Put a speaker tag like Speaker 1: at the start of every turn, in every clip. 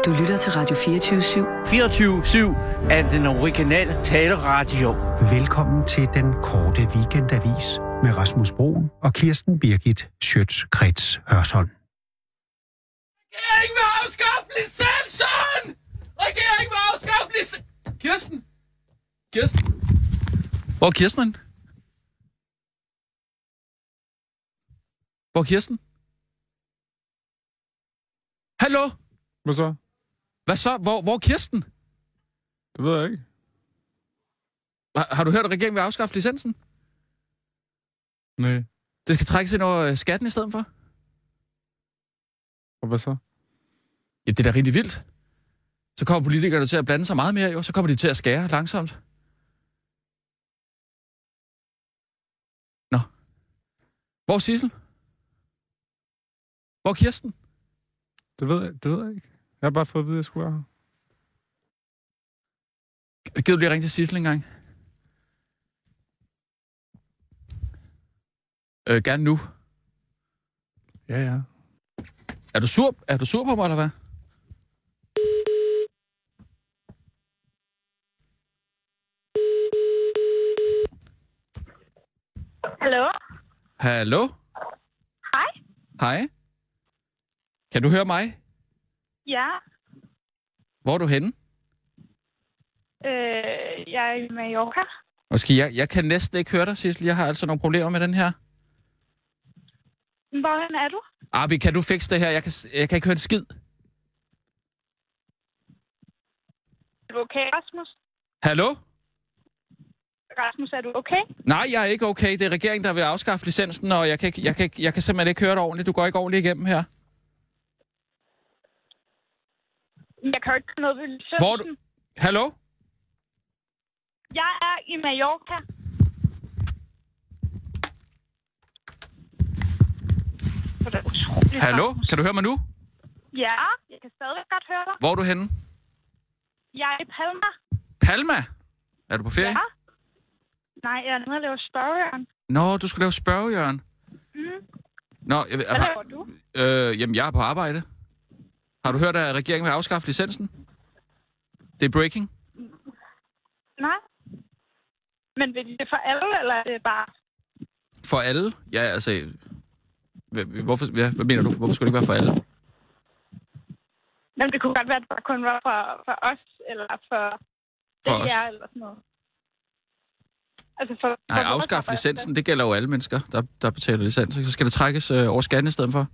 Speaker 1: Du lytter til Radio 24/7.
Speaker 2: 24/7 er den originale taleradio.
Speaker 3: Velkommen til den korte weekendavis med Rasmus Broen og Kirsten Birgit Schøtz-Krets Hørsholm.
Speaker 4: Regeringen vil afskaffe licensen! Regeringen vil afskaffe licensen! Kirsten? Hvor er Kirsten? Hvor er Kirsten? Hallo?
Speaker 5: Hvad så?
Speaker 4: Hvad så? Hvor er Kirsten?
Speaker 5: Det ved jeg ikke.
Speaker 4: Har du hørt, at regeringen vil afskaffe licensen?
Speaker 5: Nej.
Speaker 4: Det skal trækkes ind over skatten i stedet for?
Speaker 5: Og hvad så?
Speaker 4: Ja, det er da rigtig vildt. Så kommer politikerne til at blande sig meget mere, jo. Så kommer de til at skære langsomt. Nå. Hvor er Sissel? Hvor er Kirsten?
Speaker 5: Det ved jeg ikke. Jeg har bare fået at vide, at jeg skulle være her.
Speaker 4: Gider du lige ringe til Sissel en gang? Gerne nu.
Speaker 5: Ja.
Speaker 4: Er du sur på mig, eller hvad?
Speaker 6: Hallo?
Speaker 4: Hallo?
Speaker 6: Hej?
Speaker 4: Hej? Kan du høre mig?
Speaker 6: Ja.
Speaker 4: Hvor er du henne?
Speaker 6: Jeg er i Mallorca.
Speaker 4: Måske jeg kan næsten ikke høre dig, Sissel. Jeg har altså nogle problemer med den her.
Speaker 6: Hvorhen er du?
Speaker 4: Abi, kan du fikse det her? Jeg kan ikke høre en skid.
Speaker 6: Er du okay, Rasmus?
Speaker 4: Hallo?
Speaker 6: Rasmus, er du okay?
Speaker 4: Nej, jeg er ikke okay. Det er regeringen, der vil afskaffe licensen, og jeg kan simpelthen ikke høre dig ordentligt. Du går ikke ordentligt igennem her.
Speaker 6: Jeg kan jo ikke noget ved licensen.
Speaker 4: Hvor er du? Hallo?
Speaker 6: Jeg er i Mallorca. Det er utroligt,
Speaker 4: Hallo?
Speaker 6: Rasmus.
Speaker 4: Kan du høre mig nu?
Speaker 6: Ja, jeg kan stadig godt høre dig.
Speaker 4: Hvor er du henne?
Speaker 6: Jeg er i Palma.
Speaker 4: Palma? Er du på ferie?
Speaker 6: Ja. Nej, jeg er nede og lave spørgejørn.
Speaker 4: Nå, du skal lave spørgejørn. Nå,
Speaker 6: Hvad laver du?
Speaker 4: Jamen, jeg er på arbejde. Har du hørt, at regeringen vil afskaffe licensen? Det er breaking.
Speaker 6: Nej. Men vil det for alle, eller er det bare...
Speaker 4: For alle? Ja, altså... Hvad mener du? Hvorfor skulle det ikke være for alle?
Speaker 6: Jamen, det kunne godt være, at det bare kun var for os, eller for
Speaker 4: For os?
Speaker 6: DR, eller sådan noget. Altså
Speaker 4: Nej, afskaffe licensen, det gælder jo alle mennesker, der betaler licens. Så skal det trækkes over skatten i stedet for.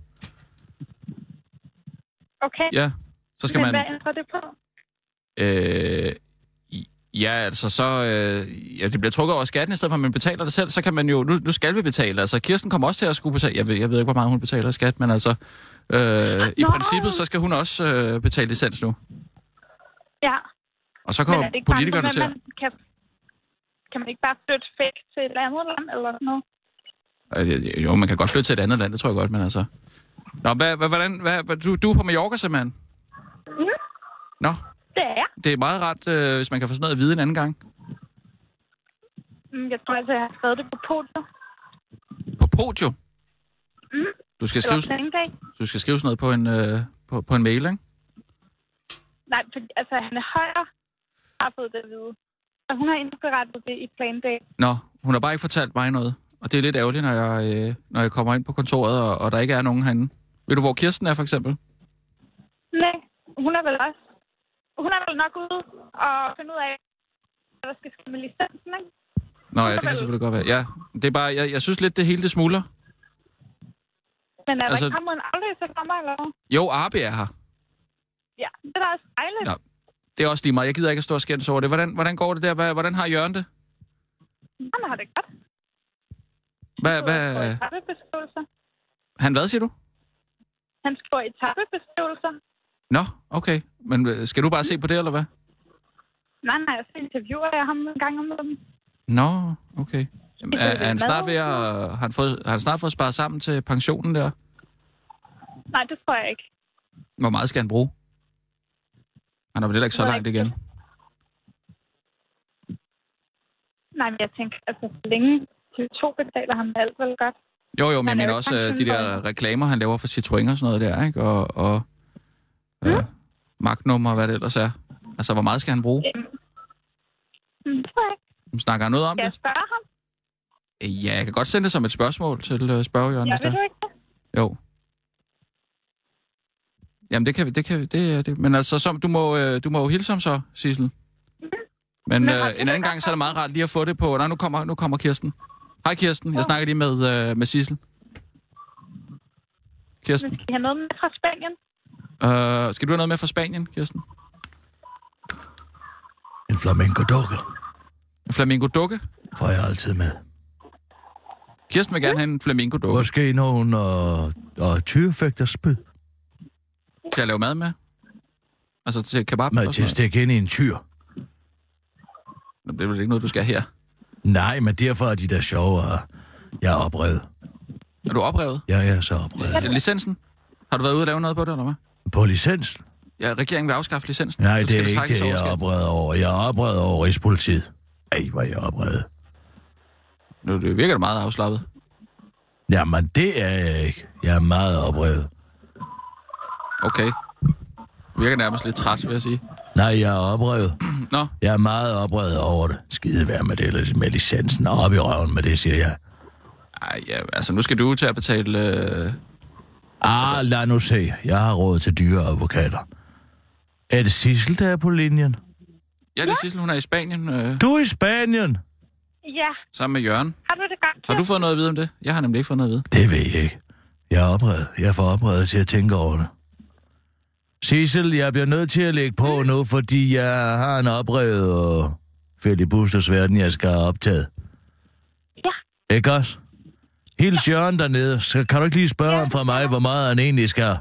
Speaker 6: Okay.
Speaker 4: Ja, så skal
Speaker 6: Men
Speaker 4: man...
Speaker 6: hvad ændrer det på?
Speaker 4: Ja, altså så... ja, det bliver trukket over skatten i stedet for, at man betaler det selv, så kan man jo... Nu skal vi betale. Altså, Kirsten kommer også til at skulle betale... Jeg ved ikke, hvor meget hun betaler i skat, men altså... I princippet, så skal hun også betale licens nu.
Speaker 6: Ja.
Speaker 4: Og så kommer politikerne til...
Speaker 6: Kan man ikke bare flytte fæk til et andet land, eller sådan noget?
Speaker 4: Jo, man kan godt flytte til et andet land, det tror jeg godt, men altså... Nå, du er på Mallorca, simpelthen? Nå.
Speaker 6: Det er jeg.
Speaker 4: Det er meget rart, hvis man kan få sådan noget at vide en anden gang.
Speaker 6: Jeg tror altså, jeg har skrevet det på Podio.
Speaker 4: På Podio? Du skal skrive sådan noget på en mail, ikke?
Speaker 6: Nej, fordi altså, han er højere, har fået det at vide. Og hun har indberettet det i Plandag.
Speaker 4: Nå, hun har bare ikke fortalt mig noget. Og det er lidt ærgerligt, når jeg kommer ind på kontoret, og der ikke er nogen herinde. Ved du, hvor Kirsten er, for eksempel?
Speaker 6: Nej, hun er vel også. Hun er vel nok ude og finde ud af, hvad der skal ske med licensen, ikke?
Speaker 4: Nå ja, det kan selvfølgelig godt være. Ja, det er bare, jeg synes lidt, det hele det smuldrer.
Speaker 6: Men er der ikke kommet en aflæser for mig, eller hvad?
Speaker 4: Jo, Arbe er her.
Speaker 6: Ja, det er da også dejligt.
Speaker 4: Ja, det er også lige meget. Jeg gider ikke at stå og skændes over det. Hvordan går det der? Hvordan har Jørgen det?
Speaker 6: Han har det godt.
Speaker 4: Hvad? Han hvad, siger du?
Speaker 6: Han skriver etapebeskrivelser.
Speaker 4: Nå, okay. Men skal du bare se på det, eller hvad?
Speaker 6: Nej, jeg så interviewer jeg ham en gang om dem.
Speaker 4: Nå, okay. Jamen, er han snart ved at... Har han snart fået sparet sammen til pensionen der?
Speaker 6: Nej, det tror jeg ikke.
Speaker 4: Hvor meget skal han bruge? Han er vel heller ikke så langt igen.
Speaker 6: Nej, men jeg tænker, altså, så længe TV2 betaler ham alt vel godt.
Speaker 4: Jo, men jeg mener også de der reklamer, han laver for Citroën og sådan noget der, ikke? magtnummer, hvad det ellers er. Altså, hvor meget skal han bruge?
Speaker 6: Det tror jeg ikke.
Speaker 4: Snakker han noget om
Speaker 6: Skal jeg
Speaker 4: det?
Speaker 6: spørge ham?
Speaker 4: Ja, jeg kan godt sende det som et spørgsmål til spørgejørgen.
Speaker 6: Ja, vil du ikke det?
Speaker 4: Jo. Jamen, det kan vi. Men altså, du må jo hilse ham så, Sissel. Men en anden gang, så er det meget rart lige at få det på... Nej, nu kommer Kirsten. Hej, Kirsten. Jeg snakker lige med Sissel. Kirsten.
Speaker 6: Skal I have noget med fra Spanien?
Speaker 4: Skal du have noget med fra Spanien, Kirsten?
Speaker 7: En flamenco-dukke
Speaker 4: En flamingo-dukke?
Speaker 7: får jeg altid med.
Speaker 4: Kirsten vil gerne have en flamingo-dukke.
Speaker 7: Måske nogen og tyrefægterspyd.
Speaker 4: Til at lave mad med? Altså til kebab?
Speaker 7: Med til at stikke ind i en tyr.
Speaker 4: Det er vel ikke noget, du skal her?
Speaker 7: Nej, men derfor er de der sjove, jeg er oprevet.
Speaker 4: Er du oprevet?
Speaker 7: Ja, jeg er så oprevet.
Speaker 4: Licensen? Har du været ude og lave noget på det, eller hvad?
Speaker 7: På licensen?
Speaker 4: Ja, regeringen vil afskaffe licensen.
Speaker 7: Nej,
Speaker 4: så
Speaker 7: det er
Speaker 4: skal
Speaker 7: ikke det, jeg er oprevet over. Jeg er oprevet over Rigspolitiet. Ej, hvor er jeg oprevet.
Speaker 4: Nu, det virker da meget afslappet.
Speaker 7: Jamen, det er jeg ikke. Jeg er meget oprevet.
Speaker 4: Okay. Du virker nærmest lidt træt, vil jeg sige.
Speaker 7: Nej, jeg er oprevet.
Speaker 4: Nå.
Speaker 7: Jeg er meget oprevet over det. Skide være med det, med licensen og op i røven med det, siger jeg.
Speaker 4: Ej, ja, altså nu skal du til at betale...
Speaker 7: Lad nu se. Jeg har råd til dyre advokater. Er det Sissel, der er på linjen?
Speaker 4: Ja, det er Sissel, hun er i Spanien.
Speaker 7: Du er i Spanien?
Speaker 6: Ja.
Speaker 4: Sammen med Jørgen.
Speaker 6: Har du det godt?
Speaker 4: Har du fået noget at vide om det? Jeg har nemlig ikke fået noget at vide.
Speaker 7: Det ved jeg ikke. Jeg er oprevet. Jeg er for oprevet til at tænke over det. Sissel, jeg bliver nødt til at lægge på nu, fordi jeg har en oprevet og Filibusters verden, jeg skal have optaget.
Speaker 6: Ja.
Speaker 7: Ikke også? Hils Jørgen dernede. Så kan du ikke lige spørge ham fra mig, hvor meget han egentlig skal...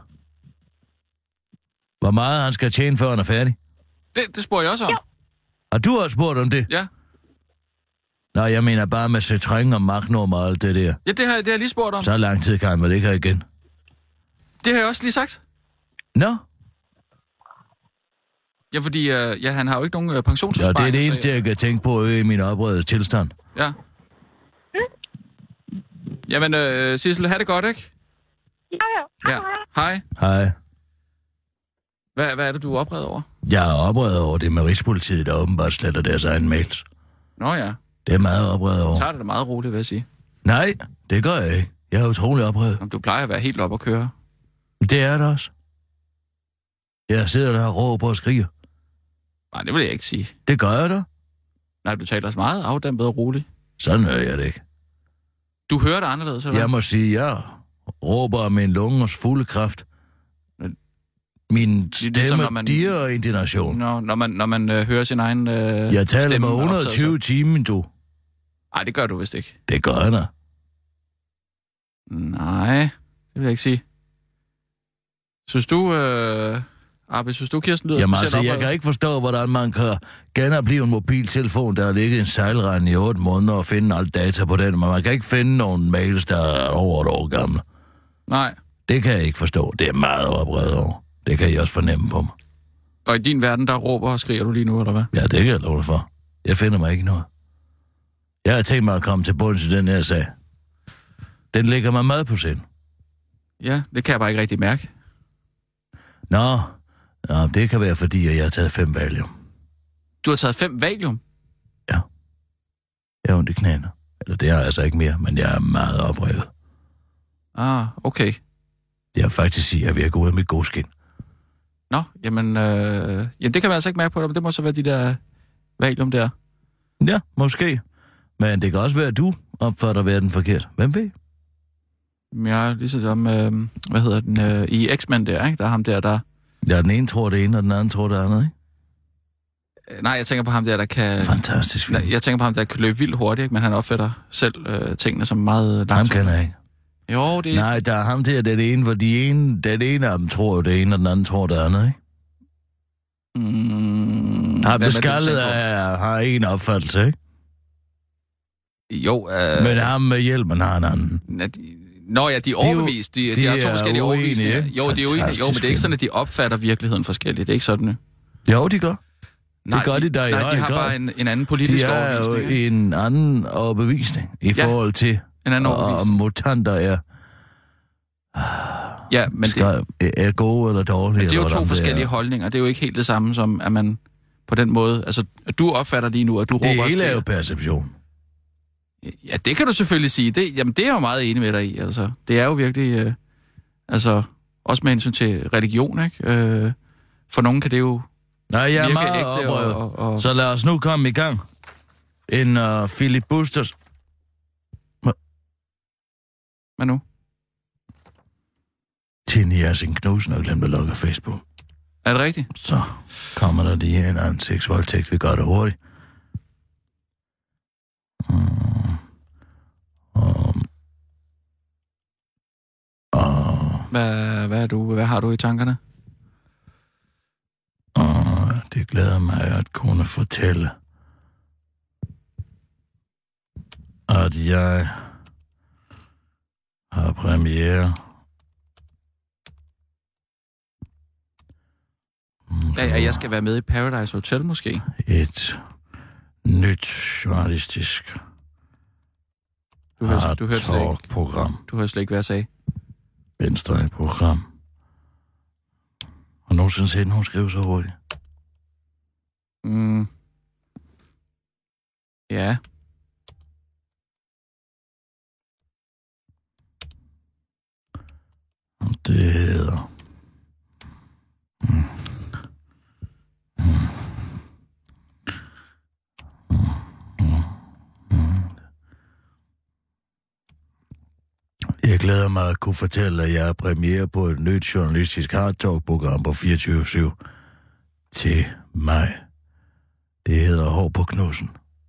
Speaker 7: Hvor meget han skal tjene, før han er færdig?
Speaker 4: Det spørger jeg også om.
Speaker 6: Ja.
Speaker 7: Har du også spurgt om det?
Speaker 4: Ja.
Speaker 7: Nå, jeg mener bare med Citroën og Magnum og alt det der.
Speaker 4: Ja, det har jeg lige spurgt om.
Speaker 7: Så lang tid kan han vel ikke have igen?
Speaker 4: Det har jeg også lige sagt.
Speaker 7: Nå?
Speaker 4: Ja, fordi han har jo ikke nogen pensionsopsparing.
Speaker 7: Ja, det er det eneste, jeg kan tænke på i min oprørede tilstand.
Speaker 4: Ja. Jamen, Sissel, have det godt, ikke?
Speaker 6: Ja.
Speaker 4: Hej.
Speaker 7: Hej.
Speaker 4: Hvad er det, du er oprevet over?
Speaker 7: Jeg er oprevet over det med Rigspolitiet, der åbenbart sletter deres egen mails.
Speaker 4: Nå ja.
Speaker 7: Det er meget oprevet over.
Speaker 4: Så tager det da meget roligt, vil jeg sige.
Speaker 7: Nej, det gør jeg ikke. Jeg er utrolig oprevet.
Speaker 4: Jamen, du plejer at være helt op at køre.
Speaker 7: Det er det også. Jeg sidder der og råber og skriger.
Speaker 4: Nej, det vil jeg ikke sige.
Speaker 7: Det gør jeg da.
Speaker 4: Nej, du taler så meget afdæmpet og roligt.
Speaker 7: Sådan hører jeg det ikke.
Speaker 4: Du hører det anderledes, eller?
Speaker 7: Jeg må sige, jeg råber om min lungers fulde kraft. Min stemme ligesom, dirrer indignation.
Speaker 4: Når man hører sin egen
Speaker 7: jeg taler med 120 timer, du.
Speaker 4: Nej, det gør du vist ikke.
Speaker 7: Det gør jeg da.
Speaker 4: Nej, det vil jeg ikke sige. Synes du, Kirsten, lyder
Speaker 7: jamen altså, jeg kan ikke forstå, hvordan man kan genopleve en mobiltelefon, der har ligget i en sejlrende i 8 måneder og finde alt data på den, men man kan ikke finde nogen mails, der er over et år gamle.
Speaker 4: Nej.
Speaker 7: Det kan jeg ikke forstå. Det er meget oprevet over. Det kan I også fornemme på mig.
Speaker 4: Og i din verden, der råber og skriger du lige nu, eller hvad?
Speaker 7: Ja, det kan jeg love dig for. Jeg finder mig ikke noget. Jeg har tænkt mig at komme til bunds i den her sag. Den ligger mig meget på sind.
Speaker 4: Ja, det kan jeg bare ikke rigtig mærke.
Speaker 7: Nå, det kan være, fordi jeg har taget 5 valium.
Speaker 4: Du har taget 5 valium?
Speaker 7: Ja. Jeg har ondt i knæene. Eller det har jeg altså ikke mere, men jeg er meget oprevet.
Speaker 4: Ah, okay.
Speaker 7: Jeg har faktisk sige, at jeg vil gå ud af mit gode skin.
Speaker 4: Nå, jamen, det kan man altså ikke mærke på dig, men det må så være de der valium der.
Speaker 7: Ja, måske. Men det kan også være, at du opfatter verden forkert. Hvem ved?
Speaker 4: Ja, ligesom, i X-Men der, ikke? Der er ham der...
Speaker 7: Ja, den ene tror det ene, og den anden tror det andet,
Speaker 4: ikke? Nej, jeg tænker på ham der kan...
Speaker 7: Fantastisk film.
Speaker 4: Jeg tænker på ham der kan løbe vildt hurtigt, ikke? Men han opfatter selv tingene som meget langsomt.
Speaker 7: Ham kender jeg ikke.
Speaker 4: Jo, det...
Speaker 7: Nej, der er ham der, det ene, hvor den ene af dem tror det ene, og den anden tror det andet, ikke? Har beskaldet har en opfattelse, ikke?
Speaker 4: Jo,
Speaker 7: men ham med hjelmen har en anden.
Speaker 4: Nå ja, de er overbevist. De har 2 forskellige overbevisninger. Jo, de er uenige. Jo, men det er ikke sådan, at de opfatter virkeligheden forskelligt. Det er ikke sådan,
Speaker 7: Jo, de gør.
Speaker 4: Nej,
Speaker 7: det gør de der i
Speaker 4: nej, de har bare en anden politisk overbevisning.
Speaker 7: De har jo en anden overbevisning i forhold til,
Speaker 4: en anden overbevisning.
Speaker 7: om mutanter er
Speaker 4: Ja, men
Speaker 7: er gode eller dårlige.
Speaker 4: Men det er jo to forskellige holdninger. Det er jo ikke helt det samme som, at man på den måde... Altså, du opfatter lige nu, at du råber...
Speaker 7: Det hele er jo perception.
Speaker 4: Ja, det kan du selvfølgelig sige. Det er jeg jo meget enig med dig i. Altså, det er jo virkelig... også med hensyn til religion, ikke? For nogen kan det jo...
Speaker 7: Nej, jeg er meget oprøret. Så lad os nu komme i gang. En Philip Busters...
Speaker 4: Hvad nu?
Speaker 7: Tine Jersing Knudsen har glemt at lukke Facebook.
Speaker 4: Er det rigtigt?
Speaker 7: Så kommer der lige en ansigtsvoldtægt. Vi gør det hurtigt.
Speaker 4: Hvad har du i tankerne?
Speaker 7: Det glæder mig at kunne fortælle, at jeg har premiere.
Speaker 4: Ja, jeg skal være med i Paradise Hotel måske.
Speaker 7: Et nyt journalistisk program.
Speaker 4: Du hørte slet ikke, hvad jeg sagde.
Speaker 7: Venstre et program. Og nogensinde set nogen skrive så hurtigt?
Speaker 4: Ja.
Speaker 7: Det hedder... Jeg glæder mig at kunne fortælle, at jeg er premiere på et nyt journalistisk hardtalk-program på 24/7 til mig. Det hedder Hår på Knudsen.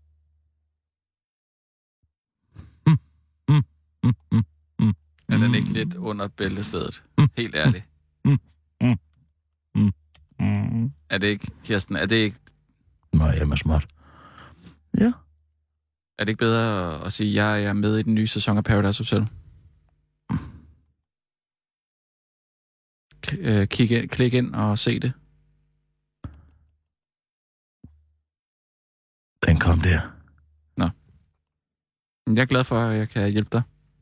Speaker 4: Er den ikke lidt under bæltestedet? Helt ærligt. Er det ikke, Kirsten? Er det ikke...
Speaker 7: Nej, jeg er småt. Ja.
Speaker 4: Er det ikke bedre at sige, at jeg er med i den nye sæson af Paradise Hotel? Klik ind og se det.
Speaker 7: Den kom der.
Speaker 4: Nå. Jeg er glad for, at jeg kan hjælpe dig.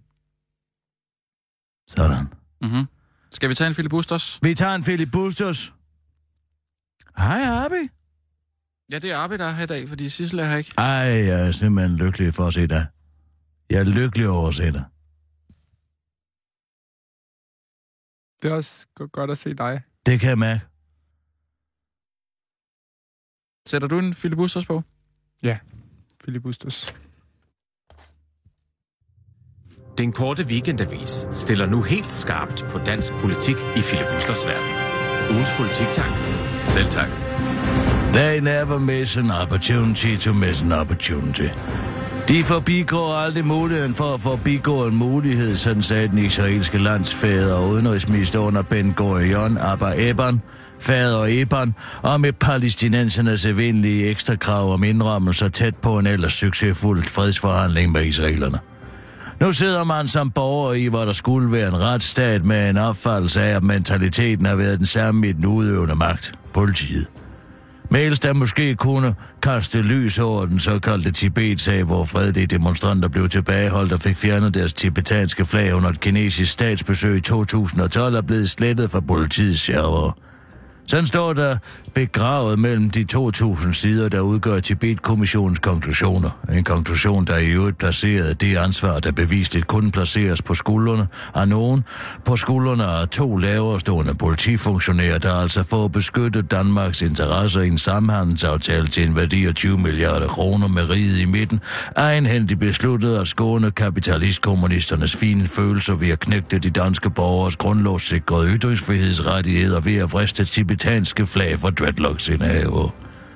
Speaker 7: Sådan.
Speaker 4: Mm-hmm. Skal vi tage en filibusters?
Speaker 7: Vi tager en filibusters. Hej, Arbi.
Speaker 4: Ja, det er Arbi, der er her i dag, fordi Sissel er her ikke.
Speaker 7: Ej, jeg er simpelthen lykkelig for at se dig. Jeg er lykkelig over at se dig.
Speaker 5: Det er også godt at se dig.
Speaker 7: Det kan jeg mærke.
Speaker 4: Sætter du en filibusters på?
Speaker 5: Ja, filibusters.
Speaker 8: Den korte weekendavis stiller nu helt skarpt på dansk politik i filibusters verden. Ugens politik, tak. Selv tak.
Speaker 7: They never miss an opportunity to miss an opportunity. De forbigår aldrig muligheden for at forbigå en mulighed, sådan sagde den israelske landsfader og udenrigsminister under Ben Gurion, Abba Eban, fader Eban, om et palæstinensernes evindelige ekstra krav om indrømmelser tæt på en ellers succesfuld fredsforhandling med israelerne. Nu sidder man som borger i, hvor der skulle være en retsstat med en opfattelse af, at mentaliteten har været den samme i den udøvende magt, politiet. Mails, der måske kunne kaste lys over den såkaldte Tibet-sag, hvor fredelige demonstranter blev tilbageholdt og fik fjernet deres tibetanske flag under et kinesisk statsbesøg i 2012, er blevet slettet fra politiets server. Sådan står der begravet mellem de 2.000 sider, der udgør Tibet-kommissionens konklusioner. En konklusion, der i øvrigt placerede det ansvar, der bevisligt kun placeres på skuldrene af nogen, på skuldrene af 2 laverestående politifunktionærer, der altså får beskyttet Danmarks interesser i en samhandelsaftale til en værdi af 20 milliarder kroner med riget i midten, egenhændigt besluttet at skåne kapitalistkommunisternes fine følelser ved at knægte de danske borgers grundlovssikrede ytringsfrihedsrettigheder ved at vriste tibetanske flag for dreadlocks i haver.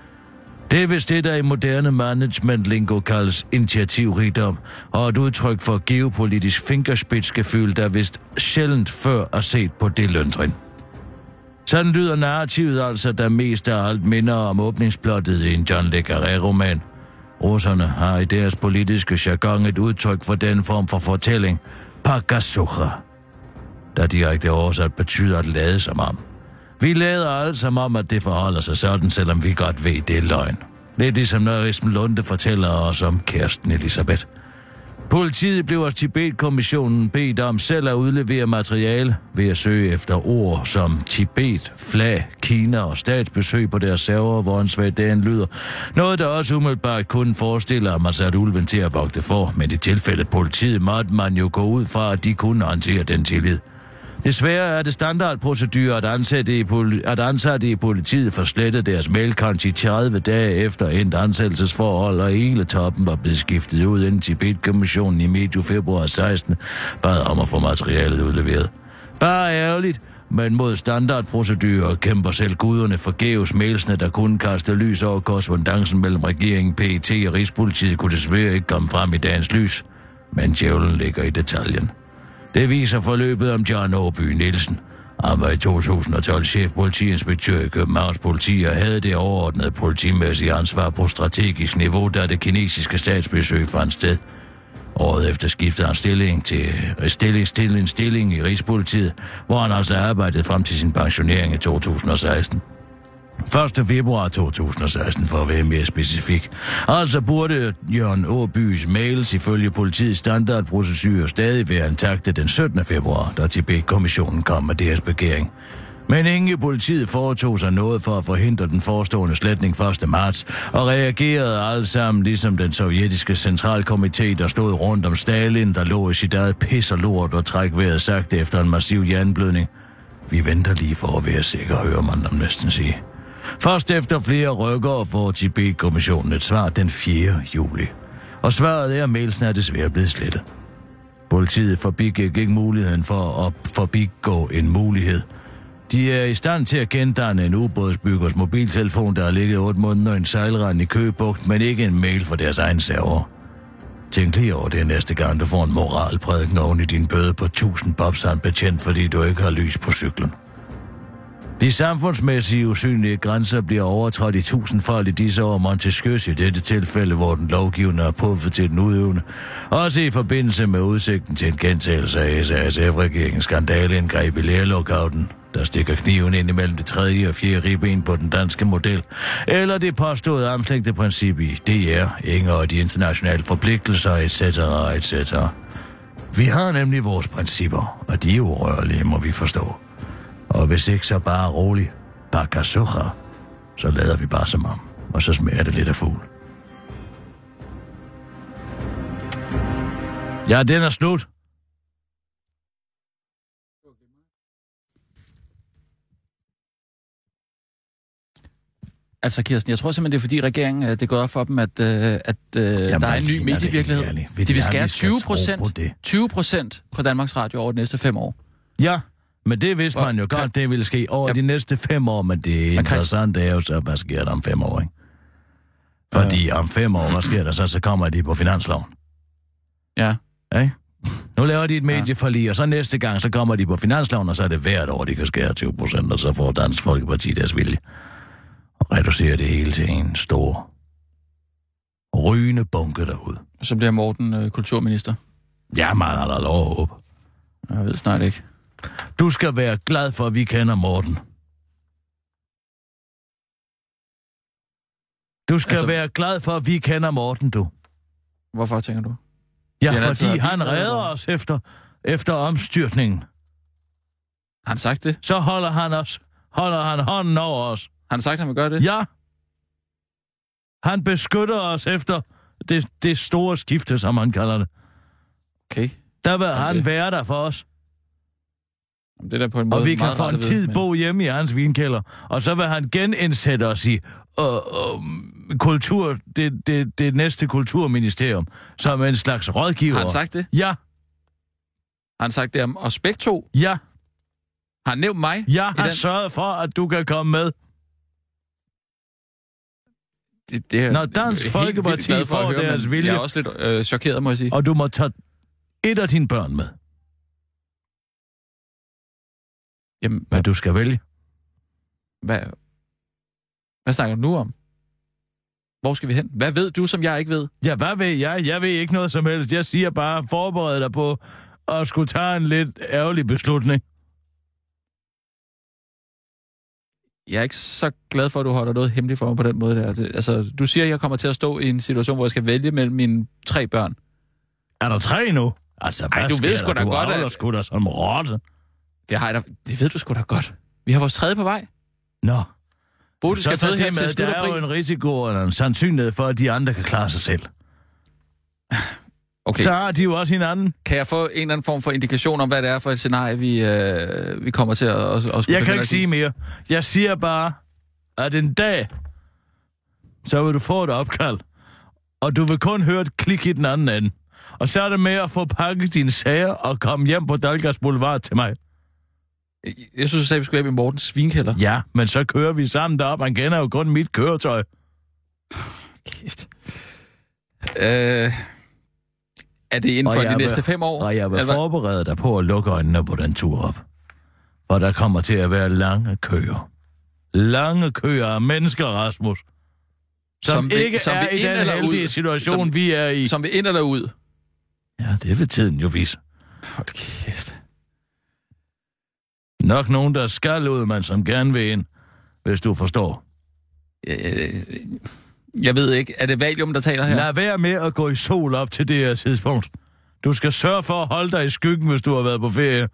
Speaker 7: Det er vist det, der i moderne management-lingo kaldes initiativrigdom, og et udtryk for geopolitisk fingerspidsgefühl, der vist sjældent før er set på det løntrin. Sådan lyder narrativet altså, der mest af alt minder om åbningsplottet i en John le Carré-roman. Russerne har i deres politiske jargon et udtryk for den form for fortælling, pakasucha, der direkte oversat betyder at lade som om. Vi lader alle som om, at det forholder sig sådan, selvom vi godt ved, det er løgn. Lidt ligesom når Esben Lunde fortæller os om Kirsten Elisabeth. Politiet blev af Tibet-kommissionen bedt om selv at udlevere materiale ved at søge efter ord som Tibet, flag, Kina og statsbesøg på deres server, hvor en svag dagen lyder. Noget, der også umiddelbart kunne forestille, at man satte ulven til at vogte for, men i tilfældet politiet måtte man jo gå ud fra, at de kunne håndtere den tillid. Desværre er det standardprocedure, at ansatte i politiet får slettet deres mailkonti 30 dage efter endt ansættelsesforhold, og hele toppen var blevet skiftet ud, inden Tibet-kommissionen i medio februar 16 bad om at få materialet udleveret. Bare ærgerligt, men mod standardprocedurer kæmper selv guderne forgæves. Mailsene, der kunne kaste lys over korrespondancen mellem regeringen, PET og Rigspolitiet, kunne desværre ikke komme frem i dagens lys. Men djævlen ligger i detaljen. Det viser forløbet om John Åby Nielsen. Han var i 2012 chefpolitiinspektør i Københavns Politi og havde det overordnede politimæssige ansvar på strategisk niveau, da det kinesiske statsbesøg fandt sted. Året efter skiftede han stilling i Rigspolitiet, hvor han altså arbejdede frem til sin pensionering i 2016. 1. februar 2016, for at være mere specifik. Altså burde Jørgen Åbys mails ifølge politiets standardprocedure stadig være intakte den 17. februar, da Tibet-kommissionen kom med deres begæring. Men ingen i politiet foretog sig noget for at forhindre den forestående sletning 1. marts, og reagerede alle sammen ligesom den sovjetiske centralkomité, der stod rundt om Stalin, der lå i sit eget pis og lort og træk vejret sagte efter en massiv hjerneblødning. Vi venter lige for at være sikker, hører man dem næsten sige. Først efter flere rykkere får Tibet-kommissionen et svar den 4. juli. Og svaret er, at mailsene er desværre blevet slettet. Politiet forbigik ikke muligheden for at forbigå en mulighed. De er i stand til at gendanne en ubådsbyggers mobiltelefon, der har ligget 8 måneder i en sejlrand i Køgebugt, men ikke en mail fra deres egen server. Tænk lige over det næste gang, du får en moralprædiken oven i din bøde på 1000 bobsand betjent, fordi du ikke har lys på cyklen. De samfundsmæssige usynlige grænser bliver overtrådt i 1000-fold i disse år Montesquieu i dette tilfælde, hvor den lovgivende er puffet til den udøvende. Også i forbindelse med udsigten til en gentagelse af SASF-regeringens skandaleindgreb i lærerlokauten, der stikker kniven ind imellem det 3. og 4. ribben på den danske model, eller det påståede armslængdeprincip i DR, Inger og de internationale forpligtelser, etc., etc. Vi har nemlig vores principper, og de er urørlige, må vi forstå. Og hvis ikke så bare roligt, bakasucha, så lader vi bare som om, og så smager det lidt af fugl. Ja, den er slut.
Speaker 4: Altså, Kirsten, jeg tror simpelthen, det er fordi regeringen, det går op for dem, at der er en ny medievirkelighed. De vil skære 20% på Danmarks Radio over de næste 5 år.
Speaker 7: Ja, men det vidste man jo godt, det ville ske over de næste 5 år, men det interessante er jo så, hvad sker der om 5 år, ikke? Fordi om 5 år, hvad sker der så kommer de på finansloven.
Speaker 4: Ja.
Speaker 7: Okay? Nu laver de et medieforlig, og så næste gang, så kommer de på finansloven, og så er det hvert år, de kan skære 20%, og så får Dansk Folkeparti deres vilje. Og reducerer det hele til en stor, rygende bunke derude.
Speaker 4: Og så bliver Morten kulturminister.
Speaker 7: Ja, man har da lov at håbe.
Speaker 4: Jeg ved snart ikke.
Speaker 7: Du skal være glad for, at vi kender Morten. Du skal være glad for, at vi kender Morten, du.
Speaker 4: Hvorfor, tænker du?
Speaker 7: Ja, fordi han redder os efter omstyrtningen.
Speaker 4: Har han sagt det?
Speaker 7: Så holder han hånden over os.
Speaker 4: Har han sagt, at han vil gøre det?
Speaker 7: Ja. Han beskytter os efter det store skifte, som han kalder det.
Speaker 4: Okay.
Speaker 7: Der vil han være der for os.
Speaker 4: Det er der på en måde,
Speaker 7: og vi kan få en tid bo hjemme i hans vinkælder. Og så vil han genindsætte os i kultur, det næste kulturministerium, som en slags rådgiver.
Speaker 4: Har han sagt det?
Speaker 7: Ja.
Speaker 4: Har han sagt det om os begge to?
Speaker 7: Ja.
Speaker 4: Har han nævnt mig?
Speaker 7: Jeg har sørget for, at du kan komme med.
Speaker 4: Det
Speaker 7: når Dansk Folkeparti får deres vilje.
Speaker 4: Jeg er også lidt chokeret, må jeg sige.
Speaker 7: Og du må tage et af dine børn med.
Speaker 4: Jamen,
Speaker 7: hvad du skal vælge.
Speaker 4: Hvad snakker du nu om? Hvor skal vi hen? Hvad ved du, som jeg ikke ved?
Speaker 7: Ja, hvad ved jeg? Jeg ved ikke noget som helst. Jeg siger bare, forbered dig på at skulle tage en lidt ærgerlig beslutning.
Speaker 4: Jeg er ikke så glad for, at du holder noget hemmeligt for mig på den måde der. Altså, du siger, at jeg kommer til at stå i en situation, hvor jeg skal vælge mellem mine 3 børn.
Speaker 7: Er der 3 nu? Altså,
Speaker 4: ej, du ved sgu da godt,
Speaker 7: at... Du sgu da som rotte.
Speaker 4: Det ved du sgu da godt. Vi har vores 3. på vej.
Speaker 7: Nå.
Speaker 4: Bodil skal føde her til
Speaker 7: Der er jo en risiko eller en sandsynlighed for, at de andre kan klare sig selv.
Speaker 4: Okay.
Speaker 7: Så har de jo også hinanden.
Speaker 4: Kan jeg få en eller anden form for indikation om, hvad det er for et scenarie, vi kommer til at skulle...
Speaker 7: Jeg kan ikke sige mere. Jeg siger bare, at en dag, så vil du få et opkald, og du vil kun høre et klik i den anden ende. Og så er det med at få pakket dine sager og komme hjem på Dalgas Boulevard til mig.
Speaker 4: Jeg synes, du sagde, at vi skulle hjem i Mortens svinkælder.
Speaker 7: Ja, men så kører vi sammen derop. Han kender jo kun mit køretøj.
Speaker 4: Kæft. Er det inden for de næste 5 år?
Speaker 7: Og jeg vil forberede dig på at lukke øjnene på den tur op. For der kommer til at være lange køer. Lange køer af mennesker, Rasmus. Som ikke er i den heldige situation, vi er i.
Speaker 4: Som vi ind eller ud?
Speaker 7: Ja, det vil tiden jo vise.
Speaker 4: Hold kæft.
Speaker 7: Nok nogen, der skal ud, man som gerne vil ind, hvis du forstår.
Speaker 4: Jeg ved ikke. Er det Valium, der taler her?
Speaker 7: Lad være med at gå i sol op til det her tidspunkt. Du skal sørge for at holde dig i skyggen, hvis du har været på ferie.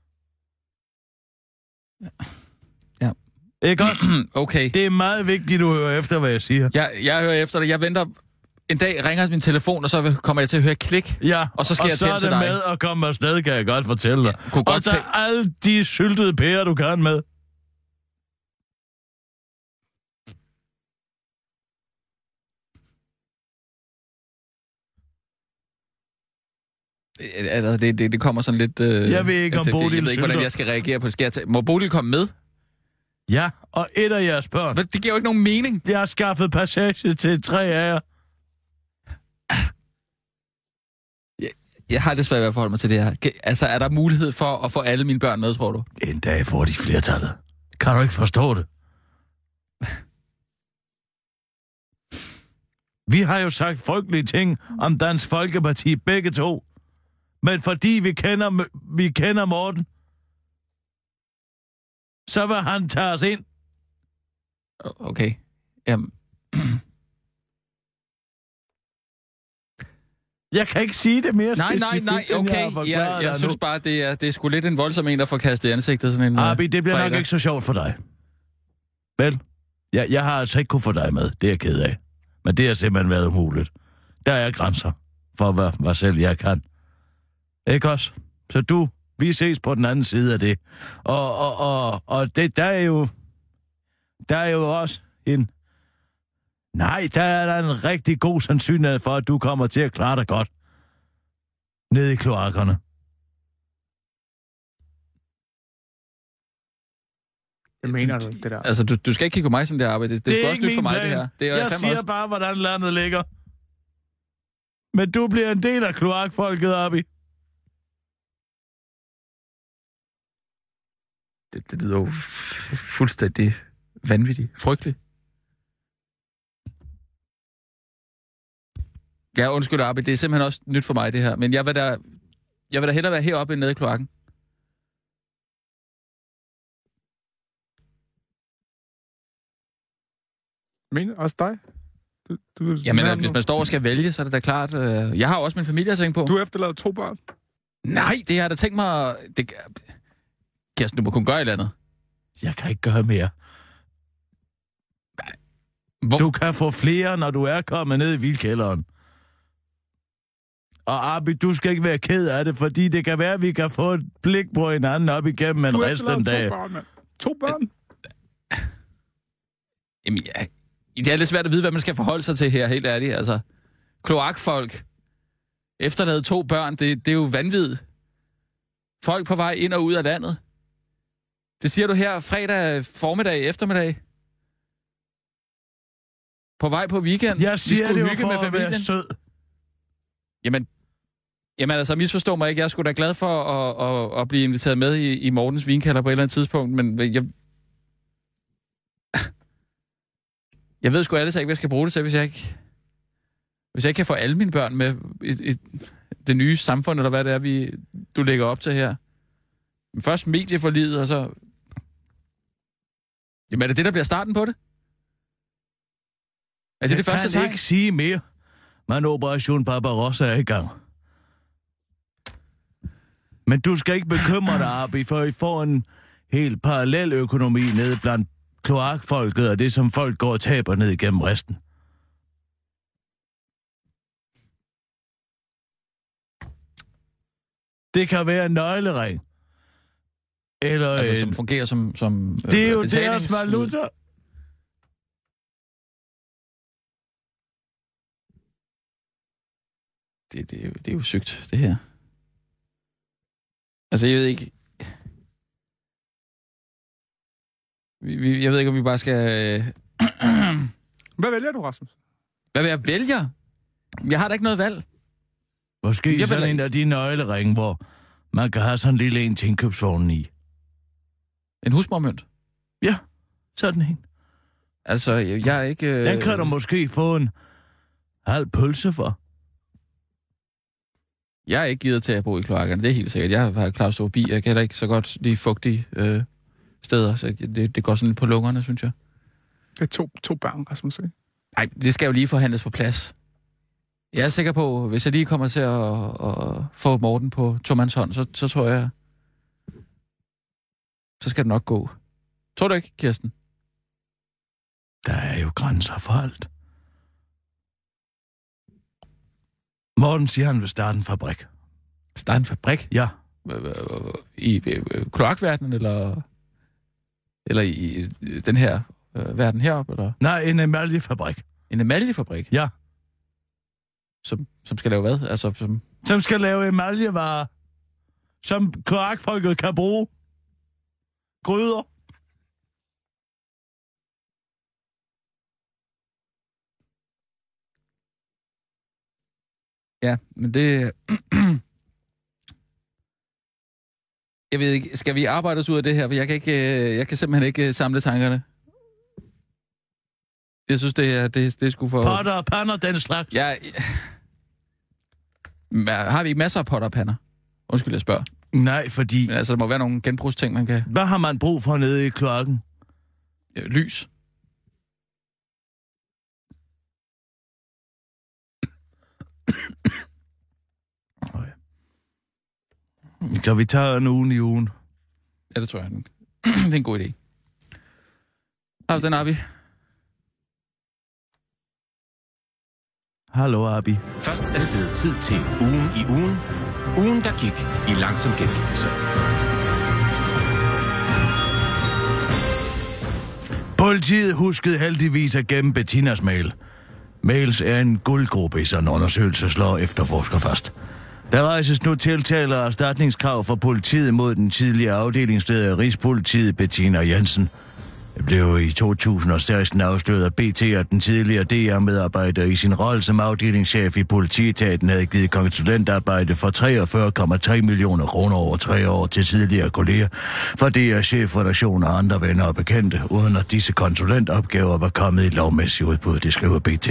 Speaker 4: Ja.
Speaker 7: Ikke godt?
Speaker 4: Okay.
Speaker 7: Det er meget vigtigt, du hører efter, hvad jeg siger.
Speaker 4: Jeg hører efter dig. Jeg venter... En dag ringer min telefon, og så kommer jeg til at høre klik.
Speaker 7: Ja,
Speaker 4: og så skal jeg til dig.
Speaker 7: Og så er det med at komme afsted, kan jeg godt fortælle dig.
Speaker 4: Ja,
Speaker 7: og tag alle de syltede pærer, du kan med.
Speaker 4: Det kommer sådan lidt...
Speaker 7: jeg ved ikke, om Bodil
Speaker 4: jeg ved ikke, hvordan jeg skal reagere på det. Må Bodil komme med?
Speaker 7: Ja, og et af jeres børn.
Speaker 4: Men det giver jo ikke nogen mening.
Speaker 7: Jeg har skaffet passage til 3 af jer.
Speaker 4: Jeg har det svært ved at forholde mig til det her. Altså, er der mulighed for at få alle mine børn med, tror du?
Speaker 7: En dag får de flertallet. Kan du ikke forstå det? Vi har jo sagt frygtelige ting om Dansk Folkeparti, begge to. Men fordi vi kender Morten, så vil han tage os ind.
Speaker 4: Okay. Jamen...
Speaker 7: Jeg kan ikke sige det mere
Speaker 4: specifikt. Nej, okay. Jeg synes bare, det er sgu lidt en voldsom en, der får kastet i ansigtet. Sådan en,
Speaker 7: Arbi, det bliver nok ikke så sjovt for dig. Vel? Jeg har altså ikke kunne få dig med. Det er jeg ked af. Men det har simpelthen været umuligt. Der er grænser for, hvad selv jeg kan. Ikke også? Så vi ses på den anden side af det. Og det, der er jo også en... Nej, der er der en rigtig god sandsynlighed for, at du kommer til at klare dig godt. Nede i kloakkerne.
Speaker 5: Jeg mener du det der?
Speaker 4: Altså, du skal ikke kigge på mig sådan der arbejde. Det er også nyt for mig, det her. Det er
Speaker 7: jeg siger bare, hvordan landet ligger. Men du bliver en del af kloakfolket, Arbi.
Speaker 4: Det lyder jo fuldstændig vanvittigt. Frygteligt. Ja, undskyld, Arbi, det er simpelthen også nyt for mig, det her. Men jeg vil da hellere være heroppe end nede i kloakken.
Speaker 5: Men også dig?
Speaker 4: Jamen, hvis man står og skal vælge, så er det da klart... Jeg har også min familie at tænke på.
Speaker 5: Du har efterladet 2 børn?
Speaker 4: Nej, det har jeg da tænkt mig... Kirsten, du må kunne gøre et eller andet.
Speaker 7: Jeg kan ikke gøre mere. Du kan få flere, når du er kommet ned i hvilkælderen. Og Arbi, du skal ikke være ked af det, fordi det kan være, at vi kan få et blik på hinanden op igennem en resten dag.
Speaker 5: 2 børn, mand. 2 børn?
Speaker 4: Jamen, det er lidt svært at vide, hvad man skal forholde sig til her, helt ærligt. Altså, kloakfolk, efterladet 2 børn, det er jo vanvittigt. Folk på vej ind og ud af landet. Det siger du her fredag formiddag, eftermiddag. På vej på weekend.
Speaker 7: Jeg siger det jo for at være sød.
Speaker 4: Jamen altså, misforstå mig ikke. Jeg er sgu da glad for at blive inviteret med i Mortens vinkælder på et eller andet tidspunkt, men jeg ved sgu ærligt ikke, hvad jeg skal bruge det til, hvis jeg ikke kan få alle mine børn med i det nye samfund, eller hvad det er, du lægger op til her. Først medieforliget, og så... Jamen, er det det, der bliver starten på det? Er det første tegn?
Speaker 7: Jeg kan ikke sige mere, men Operation Barbarossa er i gang. Men du skal ikke bekymre dig, Abi, for I får en helt parallel økonomi nede blandt kloakfolket, og det, som folk går og taber ned igennem resten. Det kan være en nøglering. Eller
Speaker 4: altså, som fungerer som
Speaker 7: det er jo deres valuta.
Speaker 4: Det er jo sygt, det her. Altså, jeg ved ikke... Jeg ved ikke, om vi bare skal...
Speaker 5: Hvad vælger du, Rasmus?
Speaker 4: Hvad vil jeg vælge? Jeg har da ikke noget valg.
Speaker 7: Måske sådan en af de nøgleringe, hvor man kan have sådan en lille en til indkøbsvognen i.
Speaker 4: En husmormønt?
Speaker 7: Ja, sådan en.
Speaker 4: Altså, jeg er ikke...
Speaker 7: Den kan du måske få en halv pølse for.
Speaker 4: Jeg er ikke givet til at bo i kloakkerne, det er helt sikkert. Jeg har klaustrofobi, jeg kan heller ikke så godt lide fugtige steder, så det går sådan lidt på lungerne, synes jeg.
Speaker 5: Det er to børn, Rasmus.
Speaker 4: Nej, det skal jo lige forhandles på plads. Jeg er sikker på, hvis jeg lige kommer til at få Morten på tomandshånd, så tror jeg, så skal det nok gå. Tror du ikke, Kirsten?
Speaker 7: Der er jo grænser for alt. Morten siger, han vil starte en fabrik.
Speaker 4: Starte en fabrik?
Speaker 7: Ja.
Speaker 4: I kloakverdenen, eller i den her verden heroppe? Eller?
Speaker 7: Nej, en emaljefabrik.
Speaker 4: En emaljefabrik?
Speaker 7: Ja.
Speaker 4: Som skal lave hvad? Altså,
Speaker 7: som skal lave emaljevarer, som kloakfolket kan bruge. Gryder.
Speaker 4: Ja, men det... Jeg ved ikke, skal vi arbejde os ud af det her? For jeg kan simpelthen ikke samle tankerne. Jeg synes, det er sgu for...
Speaker 7: Potter og pander, den slags.
Speaker 4: Ja. Har vi ikke masser af potter og pander? Undskyld, jeg spørger.
Speaker 7: Nej, fordi...
Speaker 4: Men altså, der må være nogle genbrugsting, man kan...
Speaker 7: Hvad har man brug for nede i kloakken?
Speaker 4: Lys.
Speaker 7: Kan vi tage en uge i ugen?
Speaker 4: Ja, det tror jeg. Det er en god idé. Den Abi.
Speaker 7: Hallo, Abi.
Speaker 8: Først er det blevet tid til ugen i ugen. Ugen, der gik i langsom gengivelse.
Speaker 7: Politiet huskede heldigvis at gemme Bettinas mail. Mails er en guldgruppe i sådan en undersøgelse, slår efterforsker fast. Der rejses nu tiltale og erstatningskrav fra politiet mod den tidligere afdelingsleder af Rigspolitiet, Bettina Jensen. Det blev i 2016 afsløret af BT, at den tidligere DR-medarbejder i sin rolle som afdelingschef i politietaten havde givet konsulentarbejde for 43,3 millioner kroner over 3 år til tidligere kolleger fra DR-chefredaktion og andre venner og bekendte, uden at disse konsulentopgaver var kommet i lovmæssig udbud, det skriver BT.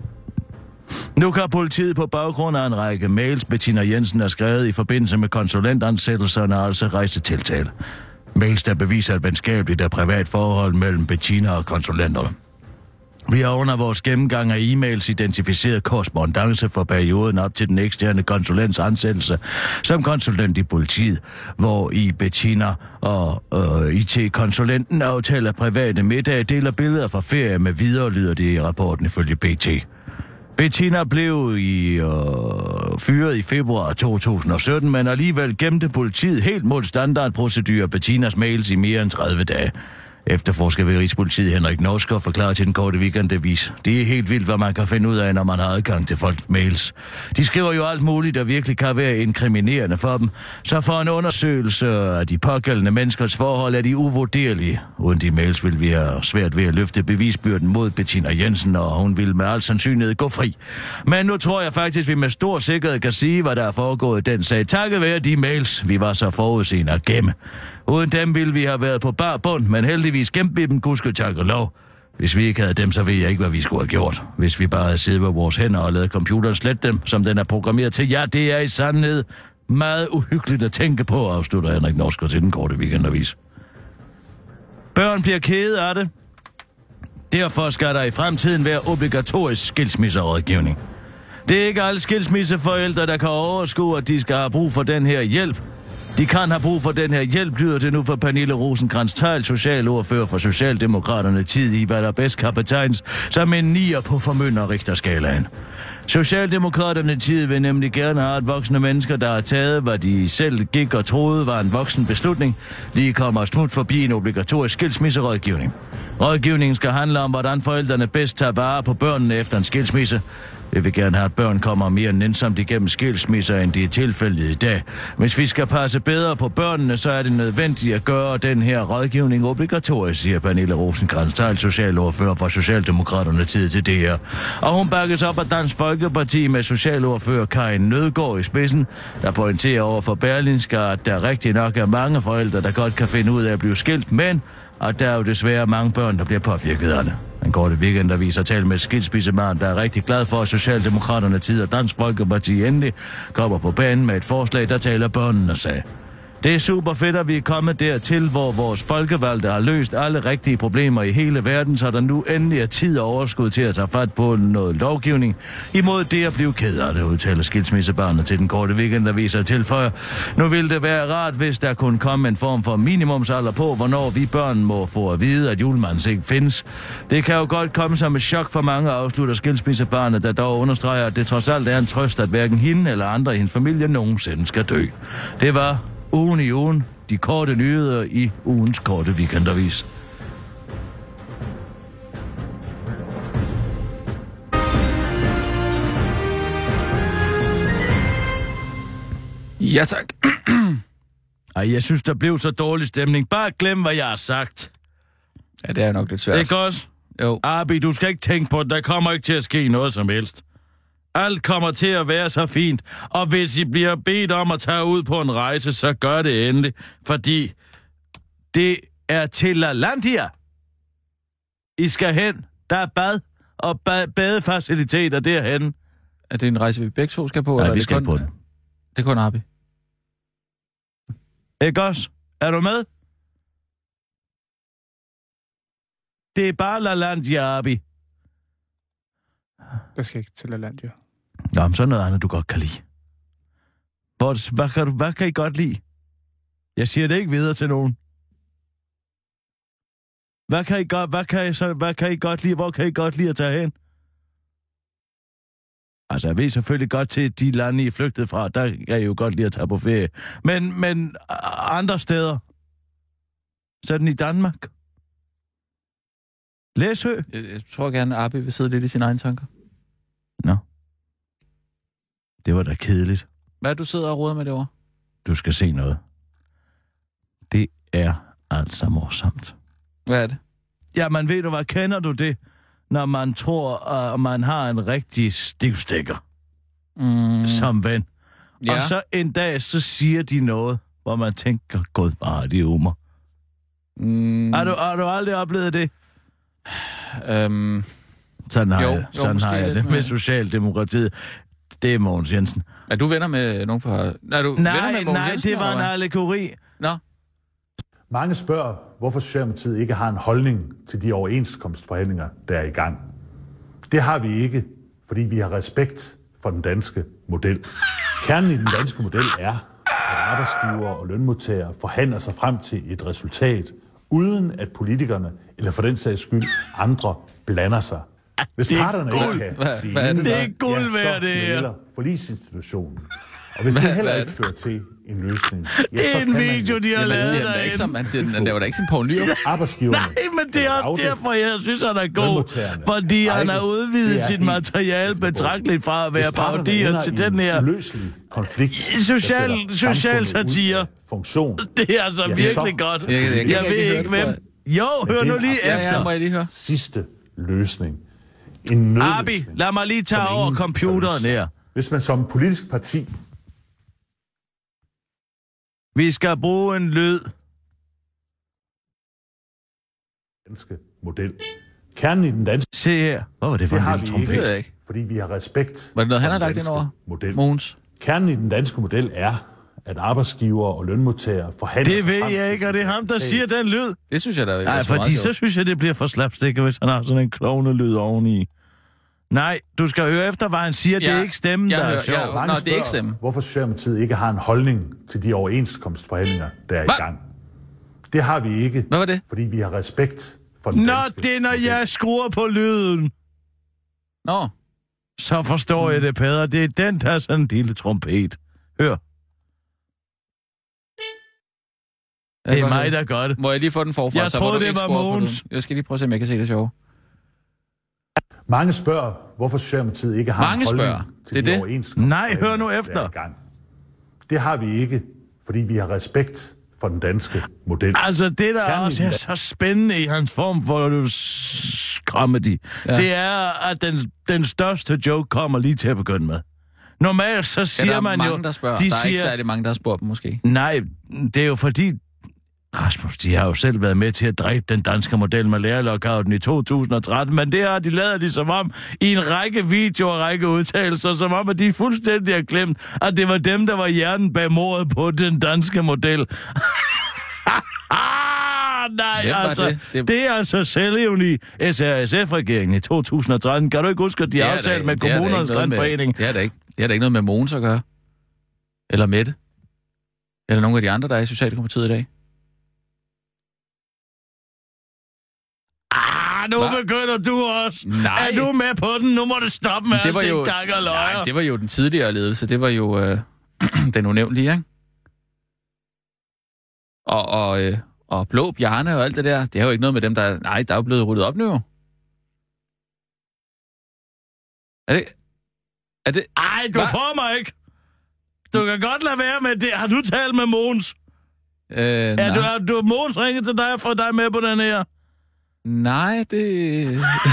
Speaker 7: Nu kan politiet på baggrund af en række mails, Bettina Jensen har skrevet i forbindelse med konsulentansættelserne, altså rejse tiltale. Mails, der beviser et venskabeligt og privat forhold mellem Bettina og konsulenterne. Vi har under vores gennemgang af e-mails identificeret korrespondance for perioden op til den eksterne konsulents ansættelse som konsulent i politiet, hvor i Bettina og IT-konsulenten aftaler private middag, deler billeder fra ferie med videre, lyder det i rapporten ifølge BT. Bettina blev fyret i februar 2017, men alligevel gemte politiet helt mod standardprocedur Bettinas mails i mere end 30 dage. Efterforsker ved Rigspolitiet Henrik Norsker forklarer til den korte weekendavis. Det er helt vildt, hvad man kan finde ud af, når man har adgang til folks mails. De skriver jo alt muligt, der virkelig kan være inkriminerende for dem. Så for en undersøgelse af de pågældende menneskers forhold er de uvurderlige. Uden de mails vil vi have svært ved at løfte bevisbyrden mod Bettina Jensen, og hun vil med al sandsynlighed gå fri. Men nu tror jeg faktisk, vi med stor sikkerhed kan sige, hvad der er foregået i den sag. Takket være de mails, vi var så forudseende at gemme. Uden dem ville vi have været på bar bund, men heldigvis gemte vi dem, gudske tak og lov. Hvis vi ikke havde dem, så ved jeg ikke, hvad vi skulle have gjort. Hvis vi bare havde siddet på vores hænder og ladet computeren slette dem, som den er programmeret til. Ja, det er i sandhed meget uhyggeligt at tænke på, afslutter Henrik Norsker til den korte weekendavis. Børn bliver kede af det. Derfor skal der i fremtiden være obligatorisk skilsmisserådgivning. Det er ikke alle skilsmisseforældre, der kan overskue, at de skal have brug for den her hjælp. De kan have brug for den her hjælp, lyder det nu for Pernille Rosenkrantz-Theil, socialordfører for Socialdemokraterne, tid i, hvad der bedst kan betegnes som en 9'er på formynderrichterskalaen. Socialdemokraterne tid vil nemlig gerne have, at voksne mennesker, der har taget, hvad de selv gik og troede var en voksen beslutning, lige kommer smut forbi en obligatorisk skilsmisserådgivning. Rådgivningen skal handle om, hvordan forældrene bedst tager vare på børnene efter en skilsmisse. Vi vil gerne have, at børn kommer mere nænsomt igennem skilsmisser, end det er tilfældet i dag. Hvis vi skal passe bedre på børnene, så er det nødvendigt at gøre den her rådgivning obligatorisk, siger Pernille Rosenkrantz-Theil, socialordfører for Socialdemokraterne tid til det her. Og hun bakkes op af Dansk Folkeparti med socialordfører Karin Nødgaard i spidsen, der pointerer over for Berlingske, at der rigtig nok er mange forældre, der godt kan finde ud af at blive skilt, men at der er jo desværre mange børn, der bliver påvirket af det. En korte weekend, der viser tale med skilsmissemand, der er rigtig glad for, at Socialdemokraterne tid og Dansk Folkeparti endelig kommer på banen med et forslag, der taler børnene sag. Det er super fedt, at vi er kommet dertil, hvor vores folkevalgte har løst alle rigtige problemer i hele verden, så der nu endelig er tid og overskud til at tage fat på noget lovgivning. Imod det at blive ked af det, udtaler skilsmissebarnet til den korte weekend, der viser tilføjer. Nu ville det være rart, hvis der kunne komme en form for minimumsalder på, hvornår vi børn må få at vide, at julemanden ikke findes. Det kan jo godt komme som et chok for mange, afslutter skilsmissebarnet, der dog understreger, at det trods alt er en trøst, at hverken hende eller andre i hendes familie nogensinde skal dø. Det var ugen i ugen, de korte nyheder i ugens korte weekendavis.
Speaker 4: Ja, tak.
Speaker 7: Ej, jeg synes, der blev så dårlig stemning. Bare glem, hvad jeg har sagt.
Speaker 4: Ja, det er jo nok lidt svært.
Speaker 7: Ikke også?
Speaker 4: Jo.
Speaker 7: Abi, du skal ikke tænke på det. Der kommer ikke til at ske noget som helst. Alt kommer til at være så fint, og hvis I bliver bedt om at tage ud på en rejse, så gør det endelig, fordi det er til LaLandia. I skal hen. Der er bad og badefaciliteter derhen.
Speaker 4: Er det en rejse, vi begge to skal på?
Speaker 7: Nej,
Speaker 4: eller
Speaker 7: vi skal kun på den.
Speaker 4: Det er kun Abi.
Speaker 7: Ikke også? Er du med? Det er bare LaLandia, Abi.
Speaker 5: Jeg skal ikke til LaLandia.
Speaker 7: Nå, men så er noget andet, du godt kan lide. Hvad kan I godt lide? Jeg siger det ikke videre til nogen. Hvad kan I godt lide? Hvor kan I godt lide at tage hen? Altså, jeg ved selvfølgelig godt til de lande, I er flygtet fra. Der kan I jo godt lide at tage på ferie. Men andre steder? Sådan i Danmark? Læsø?
Speaker 4: Jeg tror gerne, at Abi vil sidde lidt i sine egne tanker.
Speaker 7: Nå. Det var da kedeligt.
Speaker 4: Hvad du sidder og råder med derovre?
Speaker 7: Du skal se noget. Det er altså morsomt.
Speaker 4: Hvad er det?
Speaker 7: Jamen, ved du hvad, kender du det, når man tror, at man har en rigtig stivstikker som ven? Ja. Og så en dag, så siger de noget, hvor man tænker, god, bare de humor. Har du aldrig oplevet det? Sådan har jeg det med Socialdemokratiet. Det er Mogens Jensen.
Speaker 4: Er du venner med nogen fra...
Speaker 7: Nej, Jensen, det var en allegori.
Speaker 4: Nå.
Speaker 9: Mange spørger, hvorfor Socialdemokratiet ikke har en holdning til de overenskomstforhandlinger, der er i gang. Det har vi ikke, fordi vi har respekt for den danske model. Kernen i den danske model er, at arbejdsgivere og lønmodtagere forhandler sig frem til et resultat, uden at politikerne, eller for den sags skyld, andre blander sig. Hvis parterne ikke kan
Speaker 7: det er guld værd, det her.
Speaker 9: Så forligsinstitutionen. Og hvis det heller ikke fører til en løsning...
Speaker 7: Det er en video, de har lavet derinde.
Speaker 4: Man siger, den laver da ikke sin Poul Nyrup.
Speaker 9: Arbejdsgiverne...
Speaker 7: Nej, men det er også derfor, jeg synes, han er god. Fordi han har udvidet sit materiale betragteligt fra at være parodier til den her... Social satire.
Speaker 9: Funktion.
Speaker 7: Det er altså virkelig godt. Jeg ved ikke, hvem... Jo, hør nu lige efter.
Speaker 4: Ja, må jeg lige høre.
Speaker 9: Sidste løsning. En
Speaker 7: Abi, lad mig lige tage over computeren her.
Speaker 9: Hvis man som politisk parti...
Speaker 7: Vi skal bruge en lyd.
Speaker 9: Danske model. Kernen i den danske...
Speaker 7: Se her. Hvad var det for en lille trompet?
Speaker 4: Ikke.
Speaker 9: Fordi vi har respekt...
Speaker 4: Var det noget, han har lagt ind over? Mogens?
Speaker 9: Kernen i den danske model er, at arbejdsgivere og lønmodtagere forhandler...
Speaker 7: Det ved jeg ikke, og det er ham, der siger den lyd.
Speaker 4: Det synes jeg da...
Speaker 7: Nej, fordi så synes jeg, det bliver for slapstick, hvis han har sådan en klovnelyd oveni. Nej, du skal høre efter, hvad han siger. Det er ikke stemmen, der er sjov.
Speaker 9: Mange
Speaker 4: det er ikke stemmen.
Speaker 9: Hvorfor Socialdemokratiet ikke har en holdning til de overenskomstforhandlinger, der er i gang. Det har vi ikke.
Speaker 4: Hvad var det?
Speaker 9: Fordi vi har respekt for den danske
Speaker 7: det er, når jeg skruer på lyden.
Speaker 4: Nå.
Speaker 7: Så forstår jeg det bedre. Det er den, der er sådan en lille trompet. Hør. Det er mig, der gør det.
Speaker 4: Må jeg lige få den forfra?
Speaker 7: Jeg troede, det var Mogens.
Speaker 4: Jeg skal lige prøve at se, om jeg kan se det sjove.
Speaker 9: Mange spørger, hvorfor Socialdemokratiet ikke har en holdning til de overenskomstforhandlinger.
Speaker 7: Nej, hør nu efter.
Speaker 9: Det har vi ikke, fordi vi har respekt for den danske model.
Speaker 7: Altså, det der også er så spændende i hans form for comedy, det er, at den største joke kommer lige til at begynde med. Normalt så siger man jo...
Speaker 4: Der er ikke særlig mange, der har spurgt dem, måske.
Speaker 7: Nej, det er jo fordi... Rasmus, de har jo selv været med til at dræbe den danske model med lærerlockouten i 2013, men det har de lavet som om i en række videoer og række udtalelser, som om, at de fuldstændig har glemt, at det var dem, der var hjernen bag mordet på den danske model. Nej, altså, det er altså selvevne i SRSF-regeringen i 2013. Kan du ikke huske, at de aftalte med kommunernes landforening?
Speaker 4: Det er da ikke noget med Mogens at gøre. Eller Mette. Eller nogle af de andre, der er i Socialdemokratiet i dag.
Speaker 7: Nu begynder du også.
Speaker 4: Nej.
Speaker 7: Er du med på den? Nu må du stoppe med alt det gang og løjer.
Speaker 4: Nej, det var jo den tidligere ledelse. Det var jo den unævnlige, ikke? Og Blå Bjarne og alt det der, det er jo ikke noget med dem, der... Nej, der er jo blevet ryddet op nu. Er det...
Speaker 7: Ej, du får mig ikke. Du kan godt lade være med det. Har du talt med Mogens? Er du Mogens ringet til dig og fået dig med på den her?
Speaker 4: Nej, det...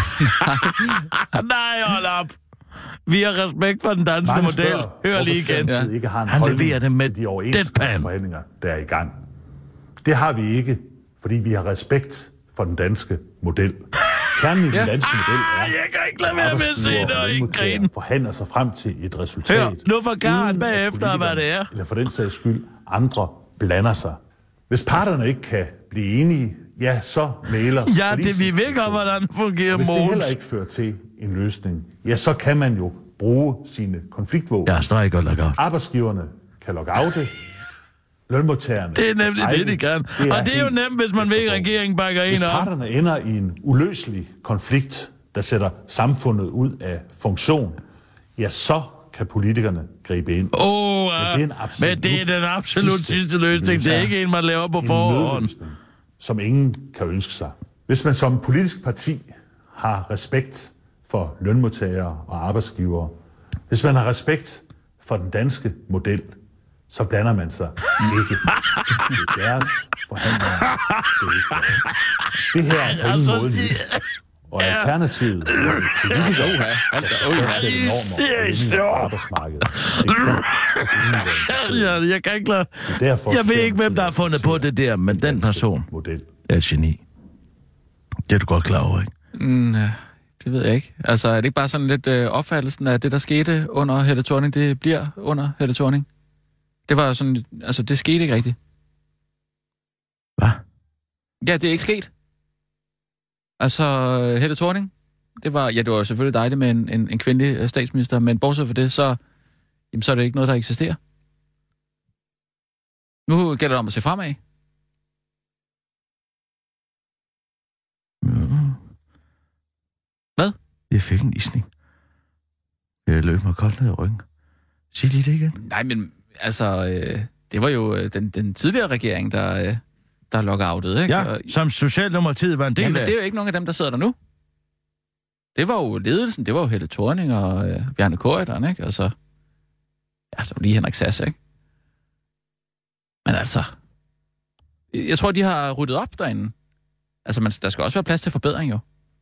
Speaker 7: Nej, hold op. Vi har respekt for den danske model. Hør lige igen. Han leverer det med
Speaker 9: de overenskomstforhandlinger, der er i gang. Det har vi ikke, fordi vi har respekt for den danske model. Kernen i den danske model er,
Speaker 7: jeg kan ikke lade være med at se det og ikke grine.
Speaker 9: Forhandler sig frem til et resultat.
Speaker 7: Hør, nu forklarer han bagefter, hvad det er.
Speaker 9: Eller for den sags skyld, andre blander sig. Hvis parterne ikke kan blive enige, ja, så mailer...
Speaker 7: Ja, det vi ved godt, hvordan det fungerer, Mogens.
Speaker 9: Hvis det heller ikke fører til en løsning, ja, så kan man jo bruge sine konfliktvåben.
Speaker 7: Ja, strejk og lockout.
Speaker 9: Arbejdsgiverne kan lockoute. Lønmodtagerne...
Speaker 7: Det er nemlig det, de kan. Og det er jo nemt, hvis man ved, at regeringen bakker en op.
Speaker 9: Hvis parterne ender i en uløselig konflikt, der sætter samfundet ud af funktion, ja, så kan politikerne gribe ind.
Speaker 7: Men det er den absolut sidste løsning. Det er ikke en, man laver på forhånd.
Speaker 9: Som ingen kan ønske sig. Hvis man som politisk parti har respekt for lønmodtagere og arbejdsgivere, hvis man har respekt for den danske model, så blander man sig ikke. Det er deres forhandlinger. Det her er ingen måde nyt. Og alternativet politikere
Speaker 7: jeg kan ikke lade... Jeg ved ikke, hvem der har fundet på det der, men den person er et geni. Det er du godt klar over, ikke?
Speaker 4: Det ved jeg ikke. Altså, er det ikke bare sådan lidt opfattelsen af det, der skete under Helle Thorning, det bliver under Helle Thorning? Det var jo sådan... Altså, det skete ikke rigtigt.
Speaker 7: Hvad?
Speaker 4: Ja, det er ikke sket. Altså, Helle Thorning, det var jo selvfølgelig dejligt med en kvindelig statsminister, men bortset fra det, så er det ikke noget, der eksisterer. Nu gælder det om at se fremad. Hvad?
Speaker 7: Jeg fik en isning. Jeg løb mig koldt ned i ryggen. Sig lige det igen.
Speaker 4: Nej, men altså, det var jo den tidligere regering, der lockoutede, ikke?
Speaker 7: Ja, som Socialdemokratiet var en del af.
Speaker 4: Jamen, det er jo ikke nogen af dem, der sidder der nu. Det var jo ledelsen, det var jo Helle Thorning og Bjarne Corydon, ikke? Altså, ja, så lige Henrik Sass, ikke? Men altså, jeg tror, de har ryddet op derinde. Altså, der skal også være plads til forbedring, jo.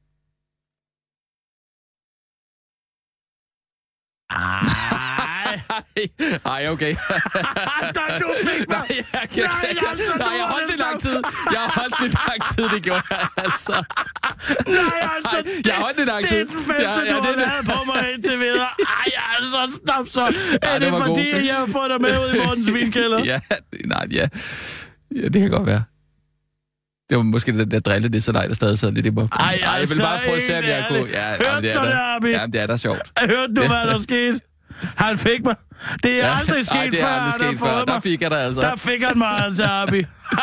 Speaker 4: Ej, okay.
Speaker 7: Du fik mig.
Speaker 4: Nej, jeg holdt det lang tid. Det gjorde jeg, altså.
Speaker 7: Nej, altså.
Speaker 4: Jeg holdt det lang tid.
Speaker 7: Det er den bedste, du har lavet på mig indtil videre. Ej, altså, stop så. Er det fordi, jeg har fået dig med ud i morgens vinkælder?
Speaker 4: Ja, det kan godt være. Det var måske den der drille, det er så dig, der stadig sad lidt i mig.
Speaker 7: Ej,
Speaker 4: jeg ville bare prøve at se, om jeg kunne... Ja,
Speaker 7: hørte du det, Arbi?
Speaker 4: Ja, det er da sjovt.
Speaker 7: Hørte du, hvad der skete? Han fik mig. Det er aldrig sket før.
Speaker 4: Nej, det er aldrig sket før. Der fik jeg dig altså.
Speaker 7: Der fik han mig altså, Arbi.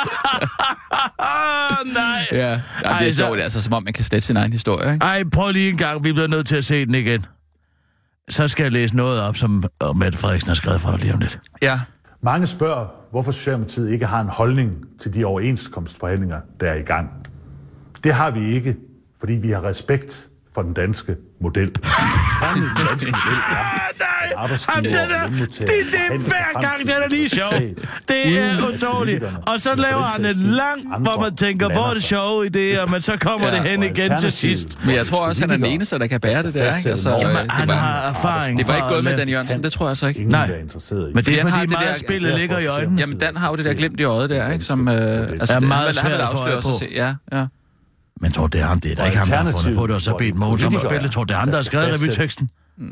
Speaker 7: Nej.
Speaker 4: Ja, det er sjovt. Altså, som om man kan slette sin egen historie, ikke?
Speaker 7: Ej, prøv lige en gang. Vi bliver nødt til at se den igen. Så skal jeg læse noget op, som Mette Frederiksen har skrevet for dig lige om lidt.
Speaker 4: Ja.
Speaker 9: Mange spørger, hvorfor Socialdemokratiet ikke har en holdning til de overenskomstforhandlinger, der er i gang. Det har vi ikke, fordi vi har respekt for den danske model. Den danske model er arbejdsgiver og lønmodtager.
Speaker 7: Det er hver gang, den er lige sjov. Det er utroligt. Og så laver han en lang, hvor man tænker, hvor er det sjove idéer, men så kommer det hen igen til sidst.
Speaker 4: Men jeg tror også, han er den eneste, der kan bære det der, ikke? Altså,
Speaker 7: jamen, han har erfaring.
Speaker 4: Det var ikke gået med Dan Jørgensen, det tror jeg så ikke.
Speaker 7: Nej, men det er fordi meget spillet ligger i øjnene.
Speaker 4: Jamen, Dan har jo det der glimt i øjet der, ikke? Som
Speaker 7: er meget svært at få øje på.
Speaker 4: Ja.
Speaker 7: Men tror det er ham, det er der ikke ham, der har fundet på det, og så bedt Mogens om at spille. Tror det er ham, der har skrevet revyteksten?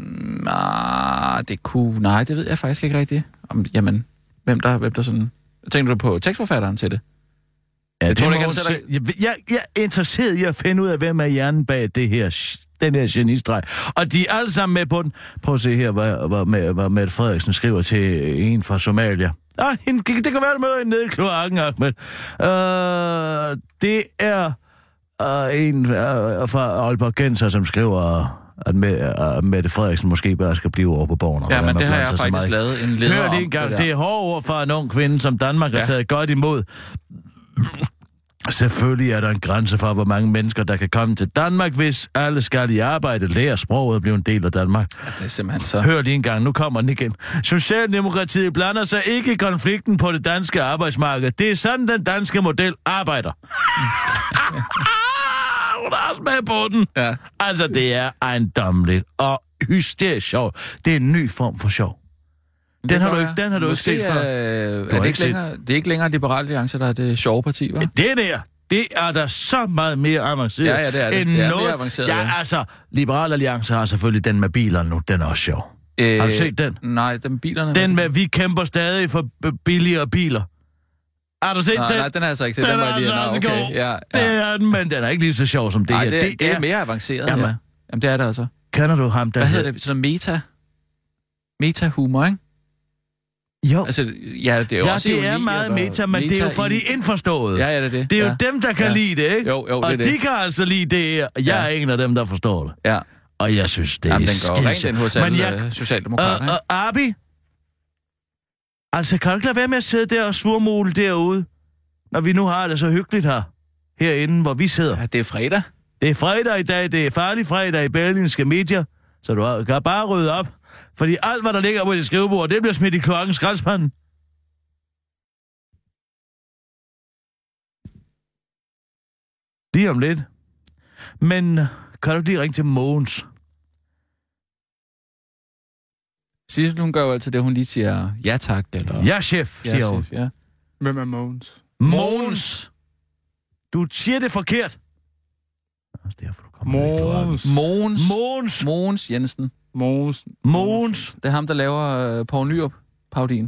Speaker 4: Nej, det ved jeg faktisk ikke rigtigt. Jamen, hvem der sådan... Tænker du på tekstforfatteren til det?
Speaker 7: Ja, jeg tror, jeg er interesseret i at finde ud af, hvem er hjernen bag det her, den her genistreg. Og de er alle sammen med på den. Prøv at se her, hvad Mette Frederiksen skriver til en fra Somalia. Det kan være, du møder en nede i kloakken, Ahmed. Det er en fra Aalborg Genser, som skriver, at Mette Frederiksen måske bare skal blive over på Borgen.
Speaker 4: Ja, men det har jeg faktisk lavet en leder om.
Speaker 7: Hør det en gang. Det er hårde ord fra en ung kvinde, som Danmark har taget godt imod. Selvfølgelig er der en grænse for, hvor mange mennesker, der kan komme til Danmark, hvis alle skal i arbejde, lære sproget og blive en del af Danmark.
Speaker 4: Ja, det er simpelthen så...
Speaker 7: Hør lige en gang, nu kommer den igen. Socialdemokratiet blander sig ikke i konflikten på det danske arbejdsmarked. Det er sådan, den danske model arbejder. Hun er også med på den. Ja. Altså, det er ejendommeligt og hysterisk sjov. Det er en ny form for sjov. Den har du ikke set før.
Speaker 4: Det er ikke længere Liberal Alliance, der er det sjove parti, hva'?
Speaker 7: Det er da så meget mere avanceret.
Speaker 4: Ja, det er det. Det er mere avanceret.
Speaker 7: Ja, altså, Liberal Alliance har selvfølgelig den med bilerne nu. Den er også sjov. Har du set den?
Speaker 4: Nej, den med bilerne...
Speaker 7: Den med, vi kæmper stadig for billigere biler. Har du set den?
Speaker 4: Nej, den har jeg så ikke set. Den var lige... Okay. Ja.
Speaker 7: Det er den, men den er ikke lige så sjov som det her.
Speaker 4: Det er mere avanceret, Jamen, ja. Jamen, det er det altså.
Speaker 7: Kender du ham, der...
Speaker 4: Hvad hedder det? Sådan meta-humor, ikke?
Speaker 7: Jo.
Speaker 4: Altså, ja, det er jo også
Speaker 7: det er meget meta, men det er jo for de indforståede.
Speaker 4: Ja, det er det.
Speaker 7: Det er jo dem, der kan lide det, ikke?
Speaker 4: Jo,
Speaker 7: og
Speaker 4: det
Speaker 7: de kan altså lide det. Jeg er en af dem, der forstår det.
Speaker 4: Ja.
Speaker 7: Og jeg synes, det er
Speaker 4: skidse. Den går rent ind hos alle socialdemokrater, ikke?
Speaker 7: Arbi? Altså, kan du ikke lade være med at sidde der og surmule derude, når vi nu har det så hyggeligt her, herinde, hvor vi sidder?
Speaker 4: Ja, det er fredag.
Speaker 7: Det er fredag i dag, det er farlig fredag i berlinske medier, så du kan bare rydde op. Fordi alt, hvad der ligger på dit skrivebord, det bliver smidt i kloakkens skraldespanden. Lige om lidt. Men kan du ikke lige ringe til Mogens?
Speaker 4: Sissel, hun gør jo altid det, hun lige siger ja tak, eller...
Speaker 7: Ja, chef, siger hun.
Speaker 4: Ja.
Speaker 5: Hvem er Mogens?
Speaker 7: Mogens! Du siger det forkert.
Speaker 4: Mogens Jensen.
Speaker 7: Mogens.
Speaker 4: Det er ham, der laver Poul Nyrup-parodien.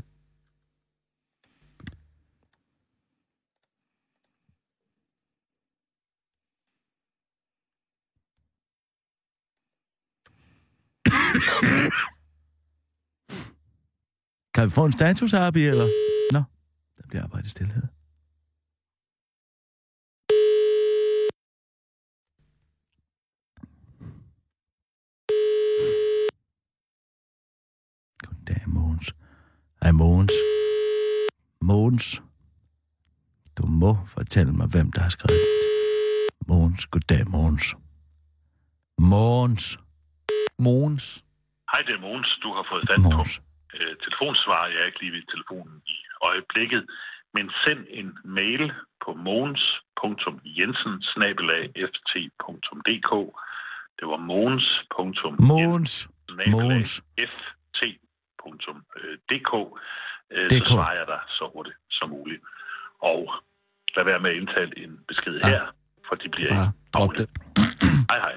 Speaker 7: Kan vi få en status, Arbi, eller? Nå, der bliver arbejdet i stillhed. Goddag, Mogens. Hej, Mogens. Mogens. Du må fortælle mig, hvem der har skrevet det. Mogens. Goddag, Mogens. Mogens.
Speaker 10: Hej, det er Mogens. Du har fået fat på telefonsvar. Jeg er ikke lige ved telefonen i øjeblikket. Men send en mail på mogens.jensen@ft.dk. Det var mogens.ft.dk. Så svarer jeg dig så hurtigt som muligt. Og lad være med at indtale en besked her, for de bliver ikke afledt. Hej.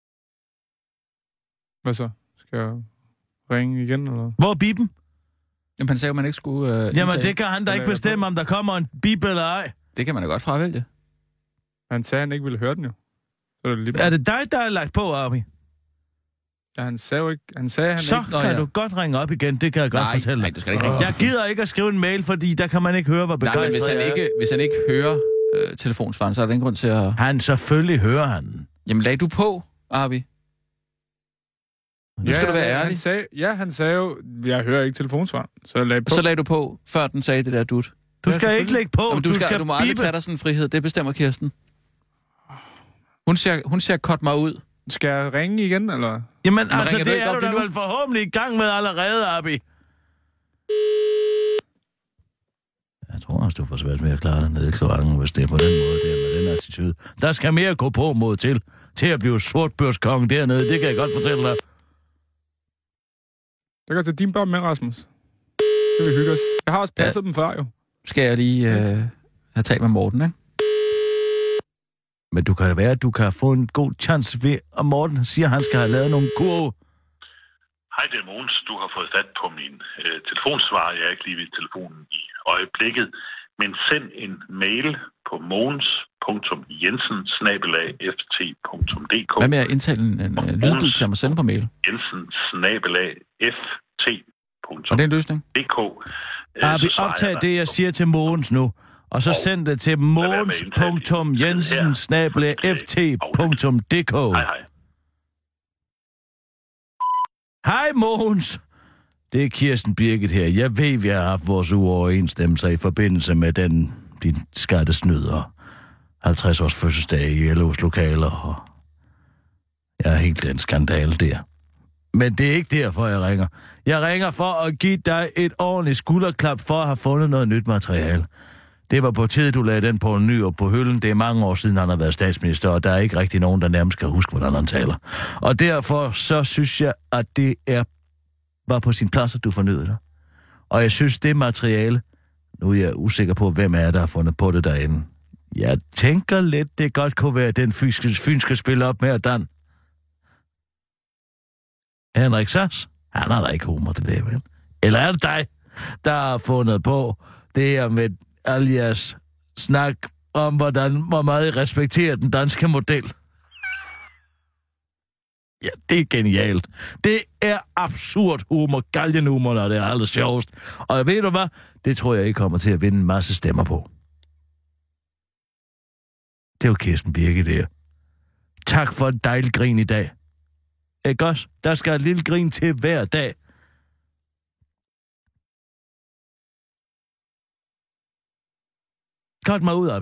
Speaker 5: Hvad så? Skal jeg ringe igen, eller?
Speaker 7: Hvor er biben?
Speaker 4: Jamen, han sagde, at man ikke skulle...
Speaker 7: Jamen, det kan han da ikke bestemme, om der kommer en bip eller ej.
Speaker 4: Det kan man da godt fravælge.
Speaker 5: Han sagde, at han ikke ville høre den jo.
Speaker 7: Er det dig, der er lagt på, Arbi?
Speaker 5: Ja, han sagde jo ikke... Han sagde, han
Speaker 7: så
Speaker 5: ikke...
Speaker 7: kan du godt ringe op igen, det kan jeg godt fortælle.
Speaker 4: Nej, du skal ikke ringe op.
Speaker 7: Jeg gider ikke at skrive en mail, fordi der kan man ikke høre, hvor begejstret
Speaker 4: jeg er. Hvis han ikke hører telefonsvaren, så er der ingen grund til at...
Speaker 7: Han selvfølgelig hører han.
Speaker 4: Jamen, lag du på, Arbi. Nu skal du være ærlig.
Speaker 5: Han sagde jo, jeg hører ikke telefonsvaren, så jeg lagde på.
Speaker 4: Så lagde du på, før den sagde det der dut.
Speaker 7: Du skal ikke lægge på.
Speaker 4: Jamen, du må aldrig tage dig sådan en frihed. Det bestemmer Kirsten. Hun ser cut mig ud.
Speaker 5: Skal jeg ringe igen, eller?
Speaker 7: Jamen, altså, det er du da vel forhåbentlig i gang med allerede, Arbi. Jeg tror også, du får svært med at klare dig nede i kloakken, hvis det er på den måde, det er med den attitude. Der skal mere gå på mod til at blive sortbørskonge dernede. Det kan jeg godt fortælle dig.
Speaker 5: Jeg kan tage dine børn med, Rasmus. Det vil hygge os. Jeg har også passet dem før, jo.
Speaker 4: Skal jeg lige have talt med Morten, ikke?
Speaker 7: Men du kan da være, at du kan få en god chance ved, at Morten siger, at han skal have lavet nogle kurve.
Speaker 10: Hej, det er Mogens. Du har fået fat på min telefonsvar. Jeg er ikke lige ved telefonen i øjeblikket. Men send en mail på mogens.jensen@ft.dk.
Speaker 4: Hvad med at indtale en lydbid til at sende på mail?
Speaker 10: jensen@ft.dk.
Speaker 4: Og det er en løsning?
Speaker 7: Arbi, optag det, jeg siger til Mogens nu. Og så send det til mogens.jensen@ft.dk.
Speaker 10: Hej.
Speaker 7: Hej, Mogens. Det er Kirsten Birgit her. Jeg ved, vi har haft vores uoverensstemmelser i forbindelse med din skattesnyder. 50 års fødselsdag i LO's lokaler. Og jeg er helt en skandale der. Men det er ikke derfor, jeg ringer. Jeg ringer for at give dig et ordentligt skulderklap for at have fundet noget nyt materiale. Det var på tide, du lagde den på en ny og på hylden. Det er mange år siden, han har været statsminister, og der er ikke rigtig nogen, der nærmest kan huske, hvordan han taler. Og derfor så synes jeg, at det var på sin plads, at du fornyede dig. Og jeg synes, det materiale, nu er jeg usikker på, hvem er der har fundet på det derinde. Jeg tænker lidt, det godt kunne være den fynske spille op med Dan. Henrik Sass? Han har da ikke humor til det, vel? Eller er det dig, der har fundet på det her med alias snak om, hvor meget I respekterer den danske model? Ja, det er genialt. Det er absurd humor, galgenhumor, og det er aldrig sjovest. Og ved du hvad? Det tror jeg, I kommer til at vinde en masse stemmer på. Det var Kirsten Birgit der. Tak for et dejligt grin i dag. Ikke også? Der skal et lille grin til hver dag. Kort mig ud, Arbi.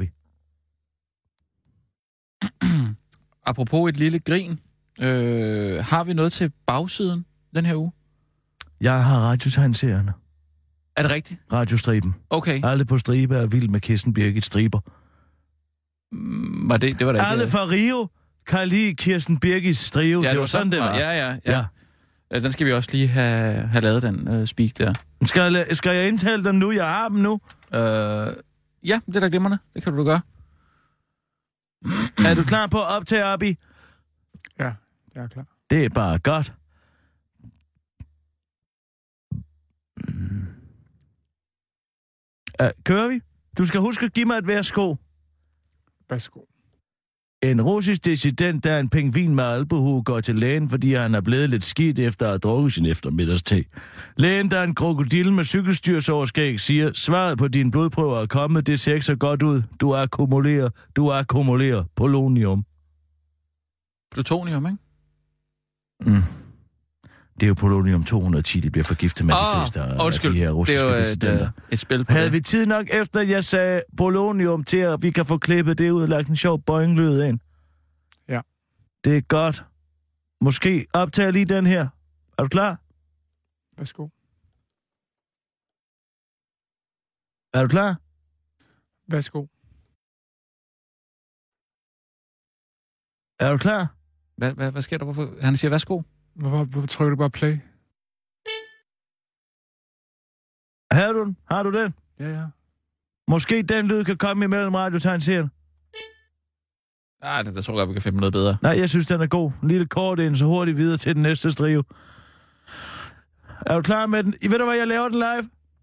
Speaker 4: Apropos et lille grin. Har vi noget til bagsiden den her uge?
Speaker 7: Jeg har radiotegnserierne.
Speaker 4: Er det rigtigt?
Speaker 7: Radiostriben.
Speaker 4: Okay.
Speaker 7: Alle på stribe er vild med Kirsten Birgit striber.
Speaker 4: Var det var da ikke...
Speaker 7: Alle fra Rio kan lide Kirsten Birgits strive.
Speaker 4: Ja,
Speaker 7: det var sådan, det var.
Speaker 4: Ja. Den skal vi også lige have lavet, den speak der.
Speaker 7: Skal jeg indtale dem nu? Jeg har dem nu.
Speaker 4: Ja, det er da glimrende. Det kan du gøre.
Speaker 7: Er du klar på at optage, Arbi?
Speaker 5: Ja, jeg er klar.
Speaker 7: Det er bare godt. Kører vi? Du skal huske at give mig et værsgo.
Speaker 5: Værsgo.
Speaker 7: En russisk dissident, der er en pingvin med albuehue, går til lægen, fordi han er blevet lidt skidt efter at have drukket sin eftermiddagste. Lægen, der er en krokodille med cykelstyrsoverskæg, siger, svaret på dine blodprøver er kommet, det ser ikke så godt ud. Du akkumulerer polonium.
Speaker 4: Plutonium, ikke?
Speaker 7: Det er jo polonium 210, det bliver forgiftet med de fleste af de her russiske dissidenter.
Speaker 4: Et spil på
Speaker 7: Havde
Speaker 4: det.
Speaker 7: vi tid nok efter, jeg sagde polonium til, at vi kan få klippet det ud og lagt en sjov boing-lyd ind?
Speaker 5: Ja.
Speaker 7: Det er godt. Måske optager lige den her. Er du klar?
Speaker 5: Værsgo.
Speaker 7: Er du klar?
Speaker 5: Værsgo.
Speaker 7: Er du klar?
Speaker 4: Hvad sker der? Hvorfor? Han siger, værsgo.
Speaker 5: Hvorfor trykker du bare play?
Speaker 7: Har du den?
Speaker 5: Ja.
Speaker 7: Måske den lyd kan komme imellem radiotegnseren.
Speaker 4: Nej, der tror jeg, vi kan finde noget bedre.
Speaker 7: Nej, jeg synes, den er god. En lille kort ind, så hurtigt videre til den næste strive. Er du klar med den? Ved du hvad, jeg laver den live?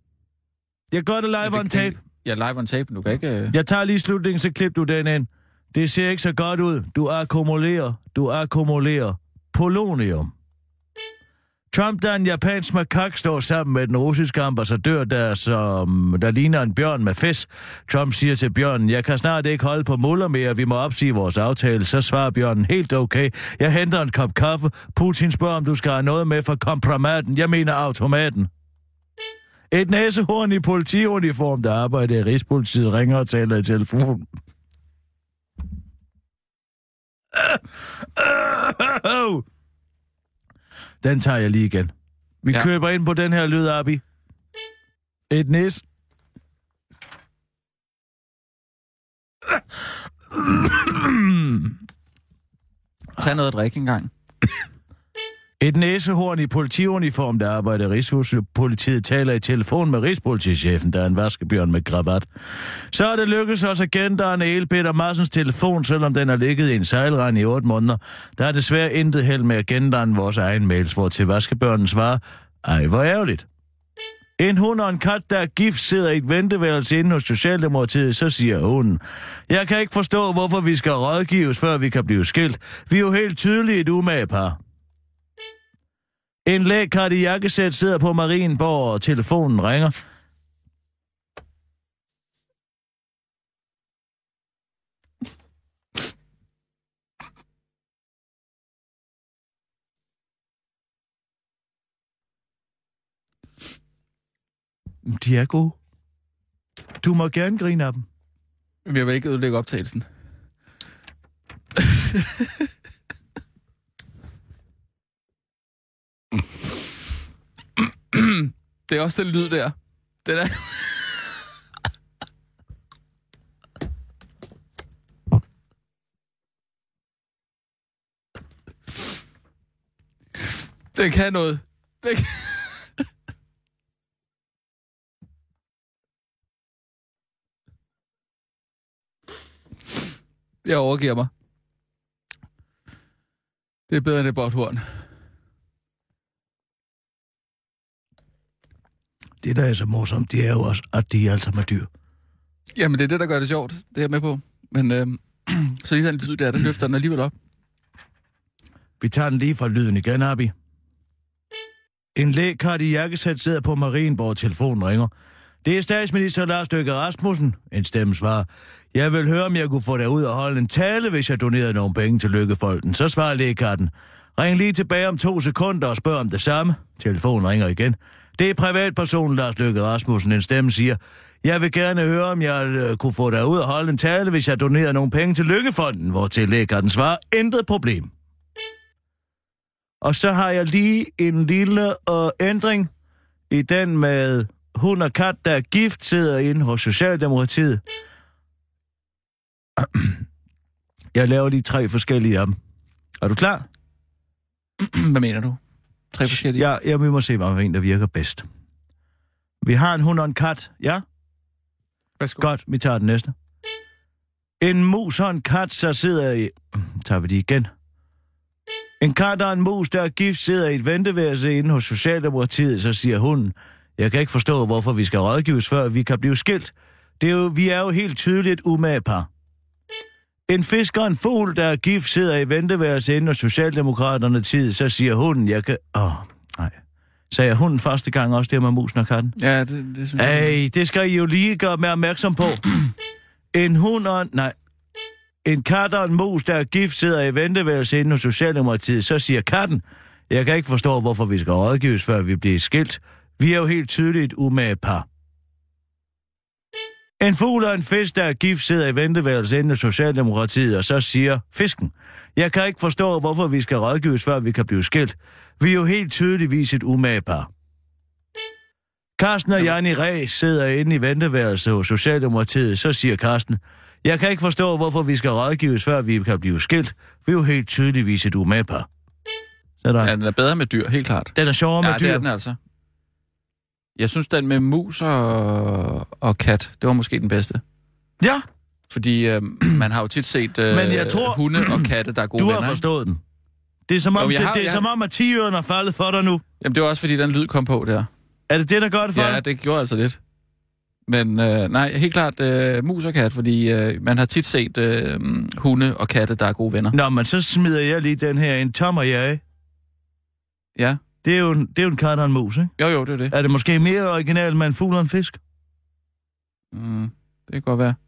Speaker 7: Jeg gør det live on tape.
Speaker 4: Ja, live on tape. Du kan ikke...
Speaker 7: Jeg tager lige slutningen, så klip du den ind. Det ser ikke så godt ud. Du akkumulerer polonium. Trump, der en japansk makak, står sammen med den russiske ambassadør, der ligner en bjørn med fes. Trump siger til bjørnen, jeg kan snart ikke holde på muller mere, vi må opsige vores aftale. Så svarer bjørnen, helt okay. Jeg henter en kop kaffe. Putin spørger, om du skal have noget med for kompromaten. Jeg mener automaten. Et næsehorn i politiuniform, der arbejder i Rigspolitiet, ringer og taler i telefon. Den tager jeg lige igen. Vi køber ind på den her lyd, Abi. Et næs.
Speaker 4: Tag noget at drikke engang.
Speaker 7: Et næsehorn i politiuniform, der arbejder i Rigspolitiet, taler i telefon med Rigspolitichefen, der er en vaskebjørn med kravat. Så er det lykkedes os at gendanne Peter Madsens telefon, selvom den har ligget i en sejlrand i 8 måneder. Der er desværre intet held med at gendanne vores egen mails, hvor til vaskebjørnen svarer, ej, hvor ærgerligt. En hund og en kat, der er gift, sidder i et venteværelse inde hos Socialdemokratiet, så siger hunden, jeg kan ikke forstå, hvorfor vi skal rådgives, før vi kan blive skilt. Vi er jo helt tydeligt et umagepar. En lægkat i jakkesæt sidder på Marienborg, og telefonen ringer. De er gode. Du må gerne grine af dem.
Speaker 4: Men jeg vil ikke ødelægge optagelsen. Det er også den lyd der. Den er... Den kan noget. Den kan... Jeg overgiver mig. Det er bedre end et botthorn.
Speaker 7: Det, der er så morsomt, det er jo også, at de er altså med dyr.
Speaker 4: Jamen, det er det, der gør det sjovt. Det er jeg med på. Men så lige den lyd der, den løfter den alligevel op.
Speaker 7: Vi tager den lige fra lyden igen, Abi. En lægkat i jakkesæt sidder på Marienborg, telefonen ringer. Det er statsminister Lars Løkke Rasmussen. En stemme svarer, jeg vil høre, om jeg kunne få dig ud og holde en tale, hvis jeg donerede nogle penge til Lykkefolden. Så svarer lægkatten, ring lige tilbage om 2 sekunder og spørg om det samme. Telefonen ringer igen. Det er privatpersonen Lars Løkke Rasmussen. En stemme siger, jeg vil gerne høre, om jeg kunne få dig ud og holde en tale, hvis jeg donerede nogle penge til Lykkefonden, hvor til lægkatten svarer, intet problem. Og så har jeg lige en lille ændring i den med hund og kat, der er gift, sidder inde hos Socialdemokratiet. Jeg laver lige 3 forskellige af dem. Er du klar?
Speaker 4: Hvad mener du? 3 forskellige?
Speaker 7: Ja, vi må se, hvad en, der virker bedst. Vi har en hund og en kat, ja?
Speaker 4: Værsgo.
Speaker 7: Godt, vi tager den næste. En mus og en kat, så sidder i... Tager vi de igen. En kat og en mus, der er gift, sidder i et venteværelse inde hos Socialdemokratiet, så siger hunden, jeg kan ikke forstå, hvorfor vi skal rådgives, før vi kan blive skilt. Vi er jo helt tydeligt umagepar. En fisk og en fugl, der er gift, sidder i venteværelse inde hos Socialdemokraterne tid, så siger hunden, jeg kan... nej. Sagde jeg hunden første gang også, det med musen og katten?
Speaker 4: Ja, det synes jeg.
Speaker 7: Det skal I jo lige gøre mig opmærksom på. En hund og... En kat og en mus, der er gift, sidder i venteværelse inde hos Socialdemokratiet, så siger katten, jeg kan ikke forstå, hvorfor vi skal rådgives, før vi bliver skilt. Vi er jo helt tydeligt umagepar. En fugl og en fisk, der er gift, sidder i venteværelse inde hos Socialdemokratiet, og så siger fisken, jeg kan ikke forstå, hvorfor vi skal rådgives, før vi kan blive skilt. Vi er jo helt tydeligvis et umagepar. Karsten og Janni Ræ sidder inde i venteværelse hos Socialdemokratiet, så siger Karsten, jeg kan ikke forstå, hvorfor vi skal rådgives, før vi kan blive skilt. Vi er jo helt tydeligvis et umagepar.
Speaker 4: Ja, den er bedre med dyr, helt klart.
Speaker 7: Den er sjovere med dyr.
Speaker 4: Ja, det er den altså. Jeg synes, den med mus og kat, det var måske den bedste.
Speaker 7: Ja.
Speaker 4: Fordi man har jo tit set men jeg tror, hunde og katte, der er gode venner.
Speaker 7: Du har forstået den. Det er som om, som om at 10-øren er faldet for dig nu.
Speaker 4: Jamen, det var også, fordi den lyd kom på der.
Speaker 7: Er det det, der gør det for dig?
Speaker 4: Ja, det gjorde altså lidt. Men nej, helt klart mus og kat, fordi man har tit set hunde og katte, der er gode venner.
Speaker 7: Nå, men så smider jeg lige den her ind. Tom og jeg.
Speaker 4: Ja.
Speaker 7: Det er jo en kat og en mus, ikke?
Speaker 4: Jo, det er det.
Speaker 7: Er det måske mere originalt med en fugl og en fisk?
Speaker 4: Det kan godt være.